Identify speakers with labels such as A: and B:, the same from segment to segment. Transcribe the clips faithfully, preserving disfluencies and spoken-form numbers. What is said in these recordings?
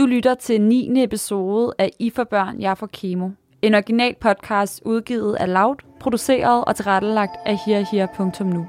A: Du lytter til niende episode af I for børn, jeg for kemo. En original podcast udgivet af Loud, produceret og tilrettelagt af herher punktum nu.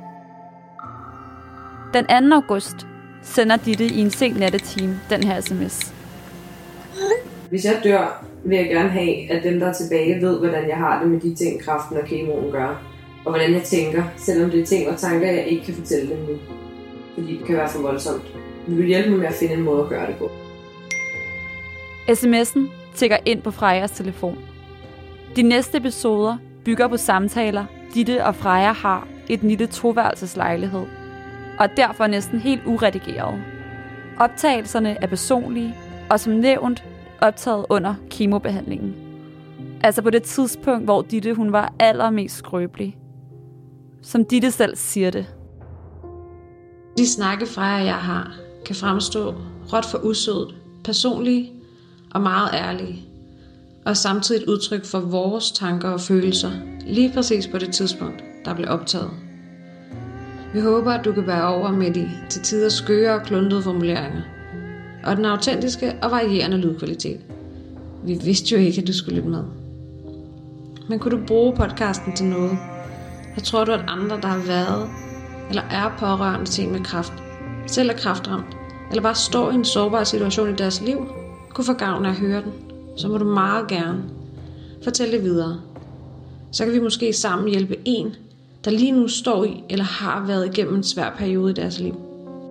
A: Den anden august sender Ditte i en sen nattetime den her sms.
B: Hvis jeg dør, vil jeg gerne have, at dem, der er tilbage, ved, hvordan jeg har det med de ting, kræften og kemoen gør. Og hvordan jeg tænker, selvom det er ting og tanker, jeg ikke kan fortælle dem nu. Fordi det kan være for voldsomt. Vi vil hjælpe mig med at finde en måde at gøre det på.
A: sms'en tikker ind på Frejas telefon. De næste episoder bygger på samtaler, Ditte og Freja har i den lille toværelseslejlighed, og derfor næsten helt uredigeret. Optagelserne er personlige, og som nævnt optaget under kemobehandlingen. Altså på det tidspunkt, hvor Ditte hun var allermest skrøbelig. Som Ditte selv siger det.
C: De snakke Freja og jeg har, kan fremstå råt for usødet, personlige og meget ærlige, og samtidig et udtryk for vores tanker og følelser, lige præcis på det tidspunkt, der blev optaget. Vi håber, at du kan bære over med de til tider skøre og kluntede formuleringer, og den autentiske og varierende lydkvalitet. Vi vidste jo ikke, at du skulle lytte med. Men kunne du bruge podcasten til noget? Jeg tror du, at andre, der har været eller er pårørende til en med kræft, selv er kræftramt, eller bare står i en sårbar situation i deres liv, kunne få gavn af at høre den, så må du meget gerne fortælle det videre. Så kan vi måske sammen hjælpe en, der lige nu står i eller har været igennem en svær periode i deres liv.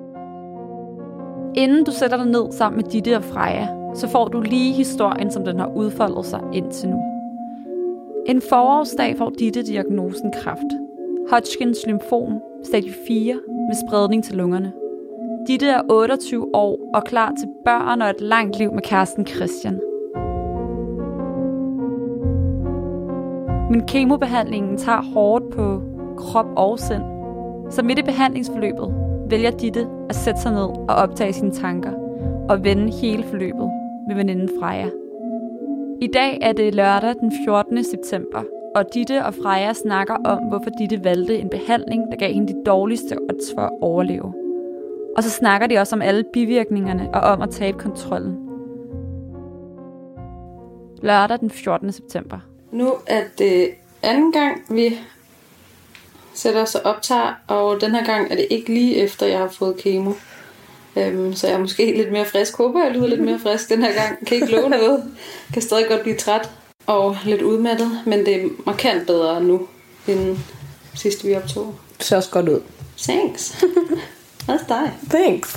A: Inden du sætter dig ned sammen med Ditte og Freja, så får du lige historien, som den har udfoldet sig indtil nu. En forårsdag får Ditte diagnosen kræft. Hodgkins lymfom, stadie fire, med spredning til lungerne. Ditte er otteogtyve år og klar til børn og et langt liv med kæresten Christian. Men kemobehandlingen tager hårdt på krop og sind. Så midt i behandlingsforløbet vælger Ditte at sætte sig ned og optage sine tanker og vende hele forløbet med veninden Freja. I dag er det lørdag den fjortende september, og Ditte og Freja snakker om, hvorfor Ditte valgte en behandling, der gav hende de dårligste odds for at overleve. Og så snakker de også om alle bivirkningerne og om at tabe kontrollen. Lørdag den fjortende september.
D: Nu er det anden gang, vi sætter os og optager, og den her gang er det ikke lige efter, jeg har fået kemo. Øhm, så jeg er måske lidt mere frisk. Håber, jeg lyder lidt mere frisk den her gang. Kan ikke love noget. Kan stadig godt blive træt og lidt udmattet, men det er markant bedre nu, end sidst vi optog.
B: Det ser også godt ud.
D: Thanks. Også dig.
B: Thanks.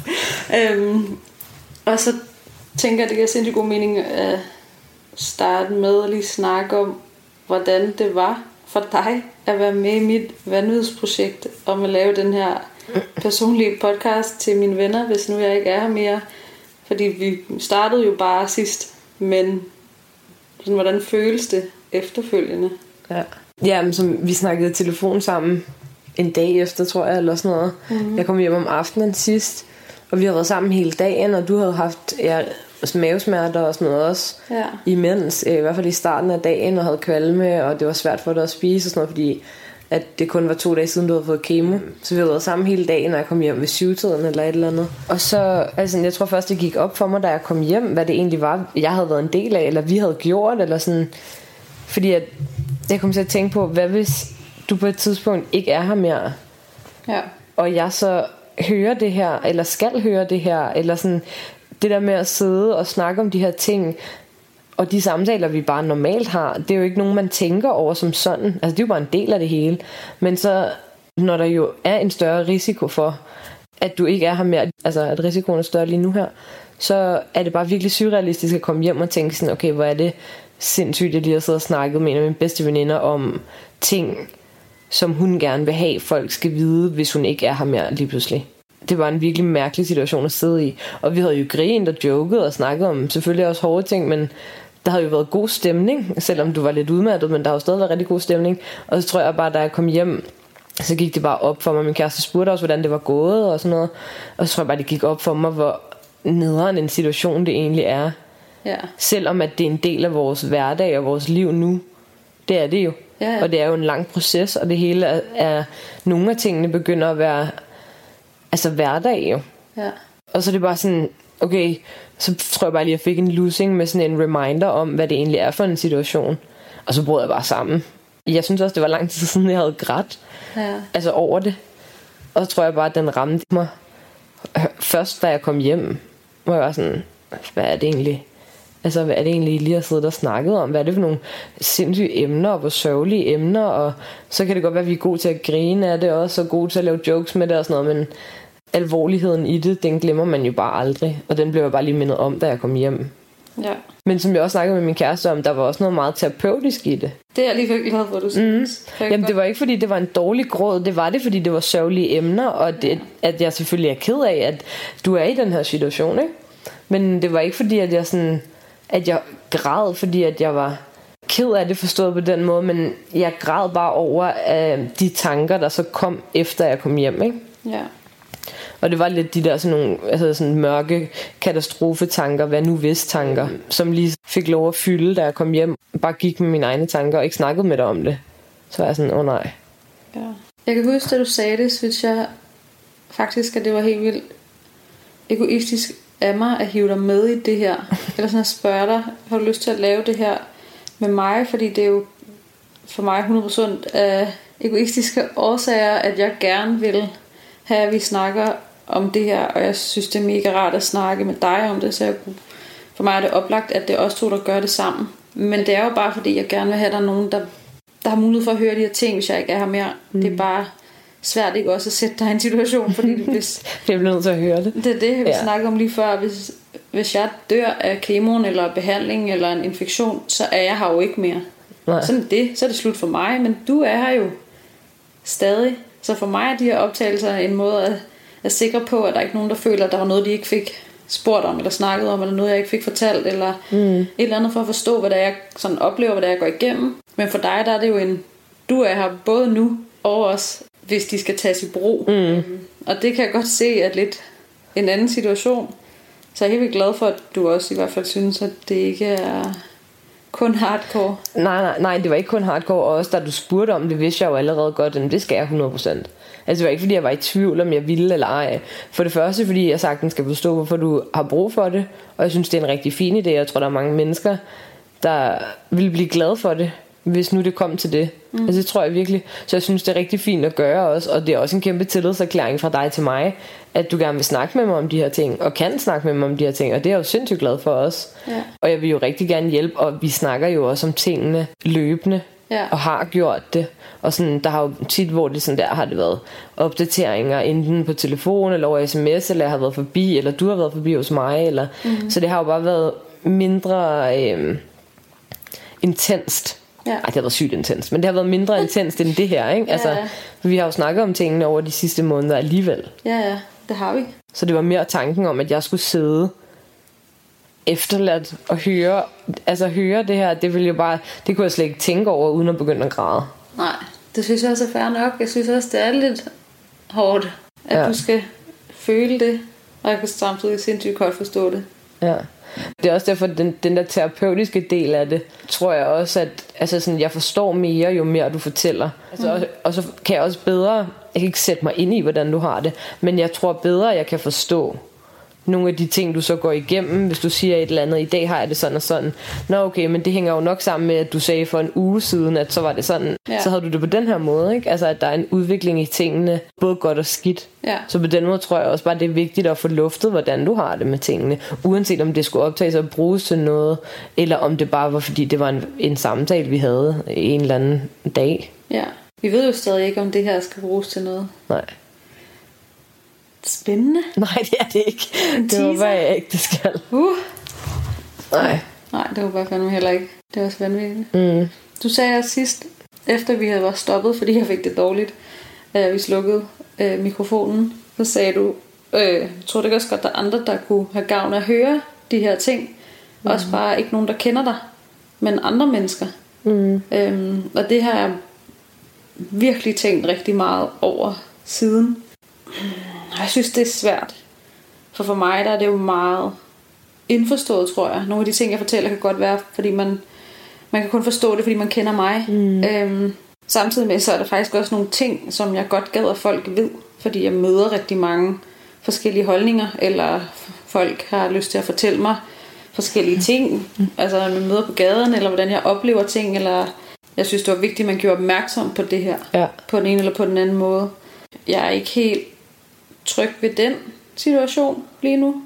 D: Øhm, og så tænker jeg, det giver sindssygt god mening at starte med at lige snakke om, hvordan det var for dig at være med i mit vanvidsprojekt om at lave den her personlige podcast til mine venner, hvis nu jeg ikke er her mere. Fordi vi startede jo bare sidst, men sådan, hvordan føles det efterfølgende?
B: Ja, ja, men som vi snakkede i telefon sammen en dag efter, tror jeg, eller sådan noget. Mm-hmm. Jeg kom hjem om aftenen sidst, og vi havde været sammen hele dagen, og du havde haft ja, mavesmerter og sådan noget også,
D: ja.
B: Imens, i hvert fald i starten af dagen, og havde kvalme, og det var svært for dig at spise og sådan noget, fordi at det kun var to dage siden, du havde fået kemo. Så vi havde været sammen hele dagen, når jeg kom hjem ved syvtiden eller et eller andet. Og så, altså jeg tror først, det gik op for mig, da jeg kom hjem, hvad det egentlig var, jeg havde været en del af, eller vi havde gjort, eller sådan. Fordi at jeg kom til at tænke på, hvad hvis du på et tidspunkt ikke er her mere?
D: Ja.
B: Og jeg så hører det her, eller skal høre det her, eller sådan, det der med at sidde og snakke om de her ting, og de samtaler vi bare normalt har, det er jo ikke nogen man tænker over som sådan. Altså det er jo bare en del af det hele. Men så når der jo er en større risiko for at du ikke er her mere, altså at risikoen er større lige nu her, så er det bare virkelig surrealistisk at komme hjem og tænke sådan, okay, hvor er det sindssygt, jeg lige har siddet og snakket med en af mine bedste veninder om ting, som hun gerne vil have folk skal vide, hvis hun ikke er her mere lige pludselig. Det var en virkelig mærkelig situation at sidde i. Og vi havde jo grint og joket og snakket om selvfølgelig også hårde ting, men der havde jo været god stemning, selvom du var lidt udmattet, men der har jo stadig været rigtig god stemning. Og så tror jeg bare, da jeg kom hjem, så gik det bare op for mig. Min kæreste spurgte også, hvordan det var gået og sådan noget. Og så tror jeg bare, det gik op for mig, hvor nederen en situation det egentlig er.
D: Ja.
B: Selvom at det er en del af vores hverdag og vores liv nu. Det er det jo.
D: Ja, ja.
B: Og det er jo en lang proces, og det hele er, er nogle af tingene begynder at være altså hverdag jo.
D: Ja.
B: Og så er det bare sådan, okay, så tror jeg bare lige, at jeg fik en losing med sådan en reminder om, hvad det egentlig er for en situation. Og så brød jeg bare sammen. Jeg synes også, det var lang tid siden, jeg havde grædt. Ja. Altså over det. Og så tror jeg bare, at den ramte mig. Først, da jeg kom hjem, hvor jeg var sådan, hvad er det egentlig? Altså, hvad er det egentlig, I lige har siddet og snakket om? Hvad er det for nogle sindssyge emner, og hvor sørgelige emner? Og så kan det godt være, at vi er gode til at grine af det også, og gode til at lave jokes med det og sådan noget, men alvorligheden i det, den glemmer man jo bare aldrig. Og den blev jeg bare lige mindet om, da jeg kom hjem.
C: Ja.
B: Men som jeg også snakkede med min kæreste om, der var også noget meget terapeutisk i det.
C: Det er jeg lige virkelig glad for, du synes.
B: Mm. Jamen det var ikke fordi det var en dårlig gråd. Det var det fordi det var sørgelige emner. Og det, at jeg selvfølgelig er ked af, at du er i den her situation, ikke? Men det var ikke fordi at jeg sådan, at jeg græd, fordi at jeg var ked af det, forstået på den måde. Men jeg græd bare over uh, de tanker, der så kom efter jeg kom hjem, ikke?
C: Ja.
B: Og det var lidt de der sådan nogle, altså sådan mørke katastrofetanker, hvad nu hvis tanker, som lige fik lov at fylde, da jeg kom hjem. Bare gik med mine egne tanker og ikke snakkede med dig om det. Så var jeg sådan, åh oh, nej.
C: Ja. Jeg kan huske, da du sagde det, synes jeg faktisk, at det var helt vildt egoistisk af mig at hive dig med i det her. Eller sådan at spørge dig, har du lyst til at lave det her med mig? Fordi det er jo for mig hundrede procent af egoistiske årsager, at jeg gerne vil have, at vi snakker om det her, og jeg synes, det er mega rart at snakke med dig om det, så jeg, for mig er det oplagt, at det er os to, der gør det sammen. Men det er jo bare, fordi jeg gerne vil have, at der er nogen, der, der har mulighed for at høre de her ting, hvis jeg ikke er her mere. Mm. Det er bare svært ikke også at sætte dig i en situation, fordi hvis...
B: det bliver nødt til at høre det.
C: Det er det, vi ja. snakkede om lige før. Hvis, hvis jeg dør af kemoen, eller behandling, eller en infektion, så er jeg her jo ikke mere. Nej. Sådan det, så er det slut for mig, men du er her jo stadig. Så for mig er de her optagelser en måde at, at sikre på, at der ikke er nogen, der føler, at der var noget, de ikke fik spurgt om, eller snakket om, eller noget, jeg ikke fik fortalt, eller mm. et eller andet for at forstå, hvad det er, jeg sådan oplever, hvad det er, jeg går igennem. Men for dig, der er det jo en, du er her både nu og også, hvis de skal tages i brug. Mm. Og det kan jeg godt se, at lidt en anden situation. Så jeg er helt vildt glad for, at du også i hvert fald synes, at det ikke er kun hardcore.
B: Nej, nej, nej, det var ikke kun hardcore. Og også da du spurgte om det, vidste jeg jo allerede godt, at det skal jeg hundrede procent. Altså det var ikke fordi jeg var i tvivl om jeg ville eller ej. For det første fordi jeg sagtens skal forstå hvorfor du har brug for det. Og jeg synes det er en rigtig fin idé. Jeg tror der er mange mennesker der vil blive glade for det, hvis nu det kom til det. mm. Altså det tror jeg virkelig. Så jeg synes det er rigtig fint at gøre også. Og det er også en kæmpe tillidserklæring fra dig til mig, at du gerne vil snakke med mig om de her ting, og kan snakke med mig om de her ting. Og det er jeg jo sindssygt glad for os. Ja. Og jeg vil jo rigtig gerne hjælpe. Og vi snakker jo også om tingene løbende, ja. Og har gjort det. Og sådan, der har jo tit, hvor det sådan der har det været opdateringer enten på telefon eller over sms, eller jeg har været forbi, eller du har været forbi hos mig, eller mm-hmm. så det har jo bare været mindre øh, intenst. Ja. Ej, det har været sygt intenst, men det har været mindre intenst end det her, ikke? Altså, ja, ja. Vi har jo snakket om tingene over de sidste måneder alligevel.
C: Ja, ja, det har vi.
B: Så det var mere tanken om, at jeg skulle sidde efterladt og høre, altså høre det her, det ville jo bare, det kunne jeg slet ikke tænke over, uden at begynde at græde.
C: Nej, det synes jeg også er fair nok. Jeg synes også, det er lidt hårdt, at ja. du skal føle det, og jeg kan samtidig sindssygt godt forstå det.
B: Ja. Det er også derfor, den, den der terapeutiske del af det, tror jeg også, at altså sådan, jeg forstår mere, jo mere du fortæller. Altså, mm. og, og så kan jeg også bedre, jeg kan ikke sætte mig ind i, hvordan du har det, men jeg tror bedre, jeg kan forstå nogle af de ting, du så går igennem. Hvis du siger et eller andet, i dag har jeg det sådan og sådan. Nå okay, men det hænger jo nok sammen med, at du sagde for en uge siden, at så var det sådan. Ja. Så havde du det på den her måde, ikke? Altså at der er en udvikling i tingene, både godt og skidt. Ja. Så på den måde tror jeg også bare, det er vigtigt at få luftet, hvordan du har det med tingene. Uanset om det skulle optages og bruges til noget, eller om det bare var, fordi det var en, en samtale, vi havde en eller anden dag.
C: Ja, vi ved jo stadig ikke, om det her skal bruges til noget.
B: Nej.
C: Spændende.
B: Nej, det er det ikke. Det håber jeg ikke, det skal.
C: Uh.
B: Nej.
C: Nej, det håber jeg fandme heller ikke. Det er også vanvittigt.
B: Mm.
C: Du sagde også sidst, efter vi havde været stoppet, fordi jeg fik det dårligt, at vi slukkede øh, mikrofonen, så sagde du, øh, jeg tror det også godt, der er andre, der kunne have gavn af at høre de her ting. Mm. Også bare ikke nogen, der kender dig, men andre mennesker. Mm. Øhm, og det har jeg virkelig tænkt rigtig meget over siden. Jeg synes det er svært. For for mig der er det jo meget indforstået, tror jeg. Nogle af de ting jeg fortæller kan godt være, fordi man Man kan kun forstå det, fordi man kender mig. mm. øhm, Samtidig med så er der faktisk også nogle ting, som jeg godt gad at folk ved, fordi jeg møder rigtig mange forskellige holdninger eller
D: folk har lyst til at fortælle mig forskellige ting. Altså når man møder på gaden, eller hvordan jeg oplever ting, eller jeg synes, det var vigtigt, at man gjorde opmærksom på det her. Ja. På den ene eller på den anden måde. Jeg er ikke helt tryg ved den situation lige nu.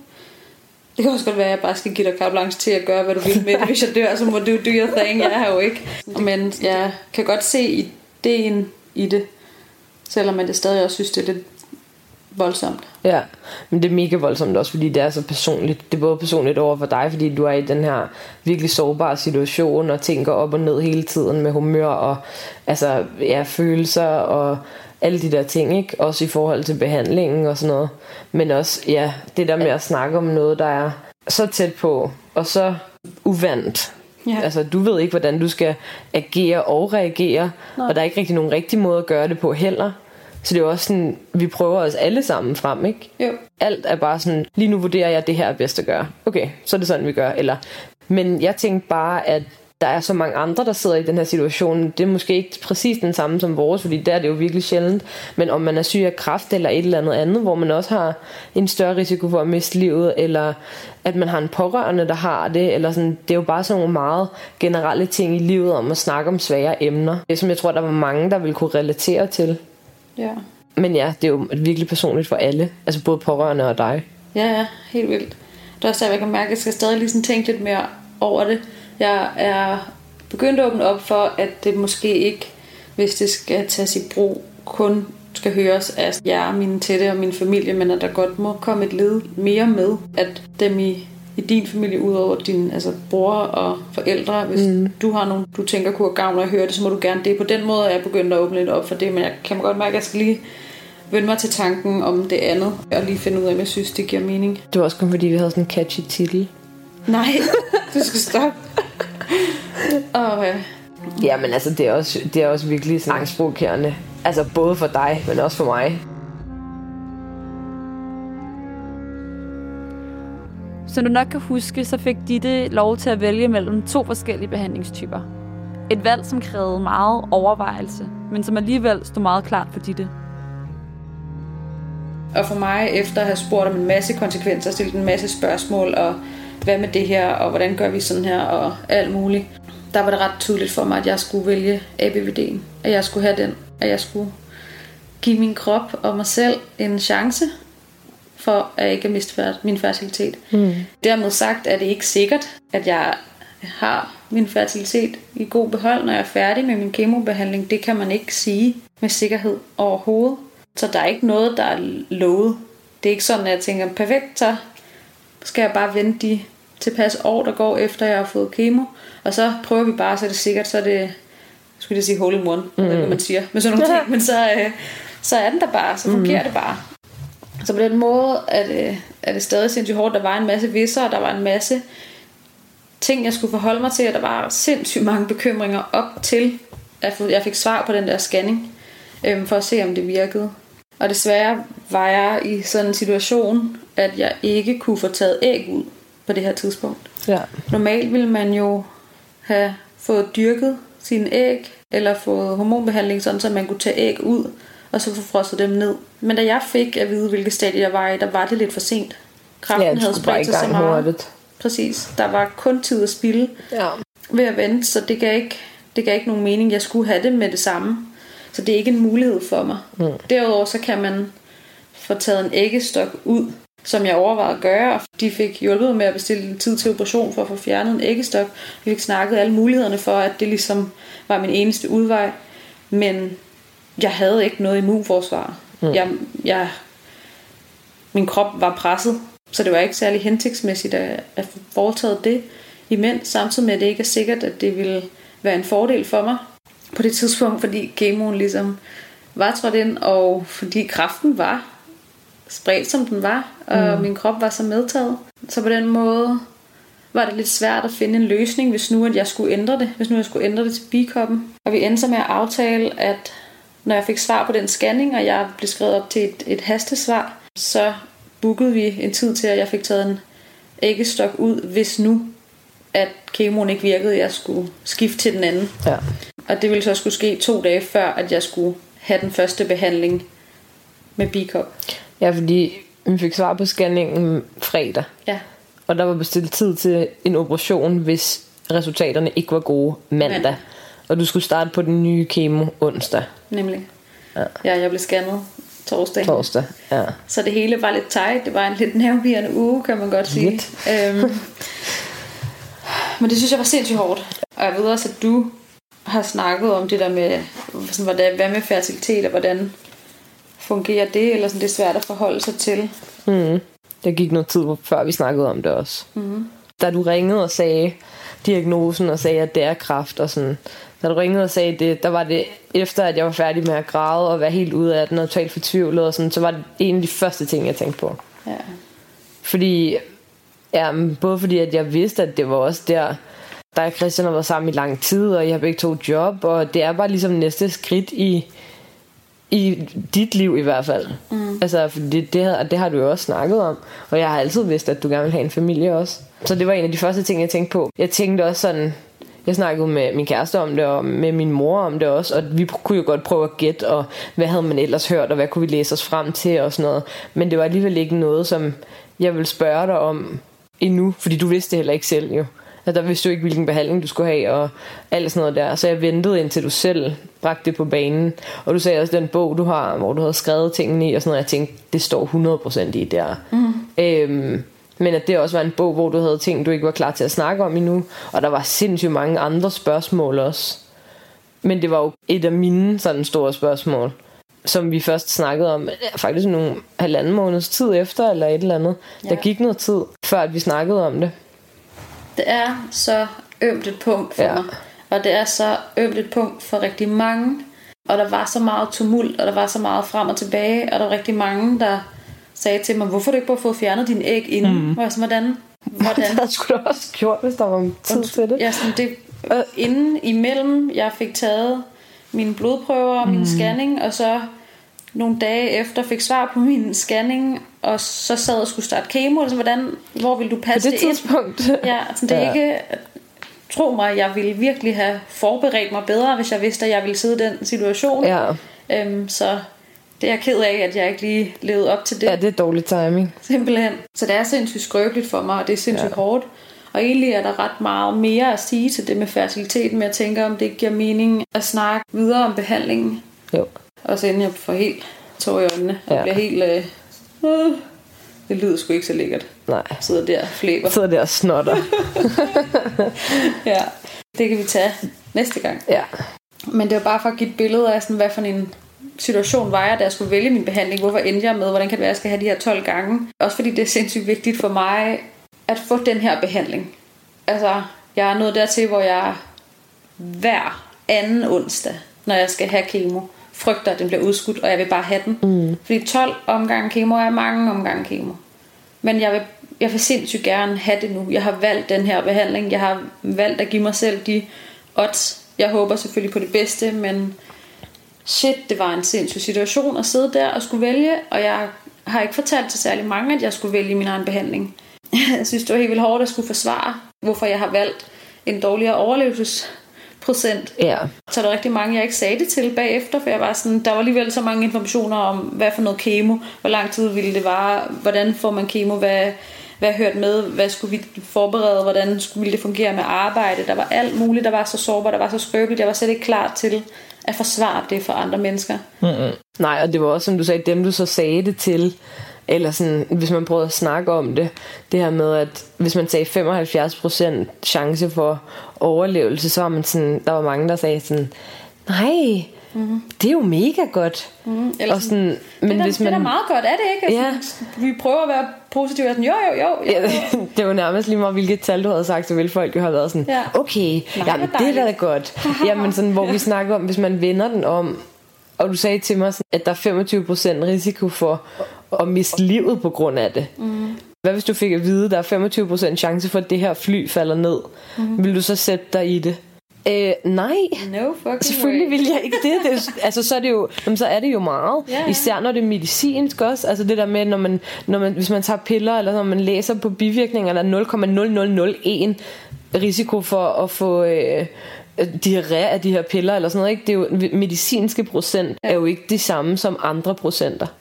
D: Det kan også godt være, at jeg bare skal give dig carte blanche til at gøre, hvad du vil med det. Hvis jeg dør, så må du do your thing. Jeg er her jo ikke. Men jeg kan godt se ideen i det. Selvom man det stadig også synes, det er lidt voldsomt.
B: Ja, men det er mega voldsomt også, fordi det er så personligt. Det er både personligt over for dig, fordi du er i den her virkelig sårbare situation, og tænker op og ned hele tiden med humør og altså, ja, følelser og alle de der ting, ikke? Også i forhold til behandlingen og sådan noget. Men også, ja, det der med at snakke om noget, der er så tæt på, og så uvandt. Ja. Altså, du ved ikke, hvordan du skal agere og reagere, Nej. Og der er ikke rigtig nogen rigtig måde at gøre det på heller. Så det er jo også sådan, vi prøver os alle sammen frem, ikke? Jo. Alt er bare sådan, lige nu vurderer jeg, at det her er bedst at gøre. Okay, så er det sådan, vi gør. Eller, men jeg tænkte bare, at der er så mange andre, der sidder i den her situation. Det er måske ikke præcis den samme som vores, fordi der er det jo virkelig sjældent. Men om man er syg af kræft eller et eller andet andet, hvor man også har en større risiko for at miste livet, eller at man har en pårørende, der har det, eller sådan, det er jo bare sådan nogle meget generelle ting i livet om at snakke om svære emner. Det som jeg tror, der var mange, der ville kunne relatere til. Ja. Men ja, det er jo virkelig personligt for alle. Altså både pårørende og dig.
D: Ja, ja, helt vildt. Det er også der, jeg kan mærke, at jeg skal stadig lige sådan tænke lidt mere over det. Jeg er begyndt at åbne op for, at det måske ikke, hvis det skal tages i brug, kun skal høres af jer, mine tætte og min familie, men at der godt må komme et led mere med, at dem i, i din familie, udover din altså bror og forældre, hvis mm. du har nogen, du tænker kunne have gavn af at høre det, så må du gerne det. På den måde er jeg begyndt at åbne lidt op for det, men jeg kan godt mærke, at jeg skal lige vende mig til tanken om det andet, og lige finde ud af, om jeg synes, det giver mening.
B: Det var også kun fordi, vi havde sådan en catchy titel.
D: Nej, du skal stoppe. Og, øh.
B: Ja, men altså, det er også, det er også virkelig sådan angstprovokerende. Altså både for dig, men også for mig.
A: Som du nok kan huske, så fik Ditte lov til at vælge mellem to forskellige behandlingstyper. Et valg, som krævede meget overvejelse, men som alligevel stod meget klart for Ditte.
D: Og for mig, efter at have spurgt om en masse konsekvenser, stillet en masse spørgsmål, og hvad med det her, og hvordan gør vi sådan her, og alt muligt, der var det ret tydeligt for mig, at jeg skulle vælge A B V D'en. At jeg skulle have den. At jeg skulle give min krop og mig selv en chance for at ikke miste min fertilitet. Mm. Dermed sagt er det ikke sikkert, at jeg har min fertilitet i god behold, når jeg er færdig med min kemobehandling. Det kan man ikke sige med sikkerhed overhovedet. Så der er ikke noget, der er lovet. Det er ikke sådan, at jeg tænker, perfekt, så skal jeg bare vente de tilpas år, der går efter, jeg har fået kemo. Og så prøver vi bare, så er det sikkert, så er det, jeg skulle jeg sige hole in one, mm. hvad man siger, med sådan nogle ting. Men så, øh, så er den der bare, så fungerer mm. det bare. Så på den måde er det, er det stadig sindssygt hårdt. Der var en masse visser, og der var en masse ting, jeg skulle forholde mig til, og der var sindssygt mange bekymringer op til, at jeg fik svar på den der scanning, øhm, for at se, om det virkede. Og desværre var jeg i sådan en situation, at jeg ikke kunne få taget æg ud på det her tidspunkt. Ja. Normalt ville man jo have fået dyrket sine æg, eller fået hormonbehandling, sådan så man kunne tage æg ud, og så få frosset dem ned. Men da jeg fik at vide, hvilke stadie jeg var i, der var det lidt for sent. Kræften ja, havde spredt sig så meget. Hurtigt. Præcis. Der var kun tid at spilde ja. ved at vente, så det gav, ikke, det gav ikke nogen mening. Jeg skulle have det med det samme. Så det er ikke en mulighed for mig. Mm. Derudover så kan man få taget en æggestok ud, som jeg overvejede at gøre. De fik hjulpet med at bestille tid til operation for at få fjernet en æggestok. Vi fik snakket alle mulighederne for, at det ligesom var min eneste udvej. Men jeg havde ikke noget immunforsvar. Mm. Jeg, jeg, min krop var presset, så det var ikke særlig hensigtsmæssigt at, at få foretaget det imens, samtidig med at det ikke er sikkert, at det ville være en fordel for mig på det tidspunkt, fordi kemoen ligesom var trådt ind, og fordi kræften var spredt som den var, og mm. min krop var så medtaget. Så på den måde var det lidt svært at finde en løsning, hvis nu at jeg skulle ændre det, hvis nu jeg skulle ændre det til bikoppen. Og vi endte så med at aftale, at når jeg fik svar på den scanning, og jeg blev skrevet op til et, et hastesvar, så bookede vi en tid til, at jeg fik taget en æggestok ud, hvis nu at kemoen ikke virkede, jeg skulle skifte til den anden. Ja. Og det ville så skulle ske to dage før, at jeg skulle have den første behandling med bikop.
B: Ja, fordi Vi fik svar på scanningen fredag.
D: Ja.
B: Og der var bestilt tid til en operation, hvis resultaterne ikke var gode mandag. mandag. Og du skulle starte på den nye kemo onsdag.
D: Nemlig. Ja, ja jeg blev scannet torsdag.
B: Torsdag, ja.
D: Så det hele var lidt tight. Det var en lidt nervepirrende uge, kan man godt sige. Øhm, men det synes jeg var sindssygt hårdt. Og jeg ved også, at du har snakket om det der med, sådan, hvordan, hvad med fertilitet, og hvordan fungerer det, eller sådan, det er svært at forholde sig til.
B: Mm. Der gik noget tid, før vi snakkede om det også. Mm. Da du ringede og sagde diagnosen, og sagde, at det er kræft, og sådan, da du ringede og sagde det, der var det efter, at jeg var færdig med at græde, og være helt ude af den, og totalt fortvivlet, og sådan, så var det en af de første ting, jeg tænkte på.
D: Ja.
B: Fordi, ja, både fordi, at jeg vidste, at det var også der, der og Christian har været sammen i lang tid, og jeg har begge to job, og det er bare ligesom næste skridt i, i dit liv i hvert fald. Mm. Altså, for det, det, har, det har du jo også snakket om, og jeg har altid vidst, at du gerne vil have en familie også. Så det var en af de første ting, jeg tænkte på. Jeg tænkte også sådan, jeg snakkede med min kæreste om det, og med min mor om det også, og vi kunne jo godt prøve at gætte, og hvad havde man ellers hørt, og hvad kunne vi læse os frem til, og sådan noget. Men det var alligevel ikke noget, som jeg ville spørge dig om endnu, fordi du vidste det heller ikke selv jo. Altså, der vidste du ikke, hvilken behandling du skulle have, og alt sådan noget der. Så jeg ventede indtil du selv bragte det på banen. Og du sagde også, den bog, du har, hvor du havde skrevet tingene i, og sådan noget, jeg tænkte, det står hundrede procent i der. Mm. Øhm, men at det også var en bog, hvor du havde ting, du ikke var klar til at snakke om endnu. Og der var sindssygt mange andre spørgsmål også. Men det var jo et af mine sådan store spørgsmål, som vi først snakkede om, faktisk nogle halvanden måneds tid efter, eller et eller andet. Ja. Der gik noget tid, før at vi snakkede om det.
D: Det er så ømt et punkt for ja. mig. Og det er så ømt et punkt for rigtig mange. Og der var så meget tumult, og der var så meget frem og tilbage. Og der var rigtig mange, der sagde til mig, hvorfor du ikke bare få fjernet dine æg inden? Mm. Og jeg sådan, hvordan? hvordan?
B: Det skulle du også gjort, hvis der var tid til det.
D: Ja, sådan det. Inden imellem, jeg fik taget mine blodprøver og min mm. scanning, og så nogle dage efter fik svar på min scanning, og så sad og skulle starte kemo. Altså, hvordan, hvor vil du passe
B: det, det
D: tidspunkt? Ja, altså, det er ja. ikke... Tro mig, jeg ville virkelig have forberedt mig bedre, hvis jeg vidste, at jeg ville sidde i den situation. Ja. Øhm, så det er jeg ked af, at jeg ikke lige levede op til det.
B: Ja, det er dårlig timing.
D: Simpelthen. Så det er sindssygt skrøbeligt for mig, og det er sindssygt ja. hårdt. Og egentlig er der ret meget mere at sige til det med fertiliteten, men jeg tænker, om det ikke giver mening at snakke videre om behandlingen. Jo. Og så inden jeg får helt tår i øjnene, og ja. bliver helt... Øh, øh, det lyder sgu ikke så lækkert.
B: Nej.
D: Sidder der og flæber.
B: Sidder der og snotter.
D: Ja, det kan vi tage næste gang.
B: Ja.
D: Men det var bare for at give et billede af, sådan, hvad for en situation var jeg, da jeg skulle vælge min behandling. Hvorfor endte jeg med, hvordan kan det være, at jeg skal have de her tolv gange. Også fordi det er sindssygt vigtigt for mig, at få den her behandling. Altså, jeg er nået dertil, hvor jeg hver anden onsdag, når jeg skal have kemo, frygter, at den bliver udskudt, og jeg vil bare have den. Mm. Fordi tolv omgange kemo er mange omgange kemo. Men jeg vil, jeg vil sindssygt gerne have det nu. Jeg har valgt den her behandling. Jeg har valgt at give mig selv de odds. Jeg håber selvfølgelig på det bedste, men shit, det var en sindssyg situation at sidde der og skulle vælge, og jeg har ikke fortalt til særlig mange, at jeg skulle vælge min egen behandling. Jeg synes, det var helt vildt hårdt at skulle forsvare, hvorfor jeg har valgt en dårligere overlevelsesprocent. Ja. Så er der rigtig mange, jeg ikke sagde det til bagefter, for jeg var sådan, der var alligevel så mange informationer om, hvad for noget kemo, hvor lang tid ville det vare, hvordan får man kemo, hvad, hvad hørt med, hvad skulle vi forberede, hvordan skulle, ville det fungere med arbejde. Der var alt muligt, der var så sårbart, der var så skrøbeligt, jeg var slet ikke klar til at forsvare det for andre mennesker.
B: Mm-hmm. Nej, og det var også, som du sagde, dem du så sagde det til, eller sådan, hvis man prøvede at snakke om det, det her med, at hvis man sagde femoghalvfjerds procent chance for overlevelse, så var man sådan, der var mange, der sagde sådan, nej, mm-hmm. det er jo mega godt. Mm-hmm. Eller og sådan,
D: sådan, men det, der, hvis man, det er meget godt, er det ikke? Altså, ja. Vi prøver at være positive, og sådan, jo, jo, jo. jo.
B: Ja, det var nærmest lige meget, hvilket tal du havde sagt, så ville folk jo have været sådan, ja. okay, nej, jamen, det er da godt. Jamen, sådan, hvor vi snakker om, hvis man vender den om, og du sagde til mig, at der er femogtyve procent risiko for at miste livet på grund af det. Mm. Hvad hvis du fik at vide, at der er femogtyve procent chance for, at det her fly falder ned? Mm. Vil du så sætte dig i det? Øh, nej,
D: no
B: selvfølgelig
D: way.
B: vil jeg ikke det. det er, altså, så, er det jo, jamen, så er det jo meget. Yeah, yeah. Især når det er medicinsk også. Altså det der med, når man, når man, hvis man tager piller, eller når man læser på bivirkninger, der er nul komma nul nul nul en risiko for at få... Øh, diarré af de her piller eller sådan noget, ikke? Det er jo, medicinske procent er jo ikke de samme som andre procenter.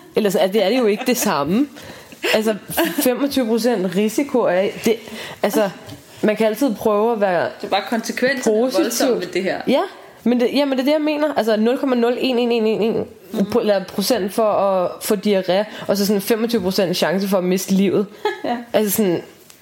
B: Ellers er det, er det jo ikke det samme. Altså femogtyve procent risiko af det, altså man kan altid prøve at være
D: det er bare konsekvensen voldsomt ved det her.
B: Ja, men det, jamen det er det jeg mener. Altså nul komma nul en en en en mm. procent for at få diarré, og så sådan femogtyve procent chance for at miste livet. Ja. Altså sådan,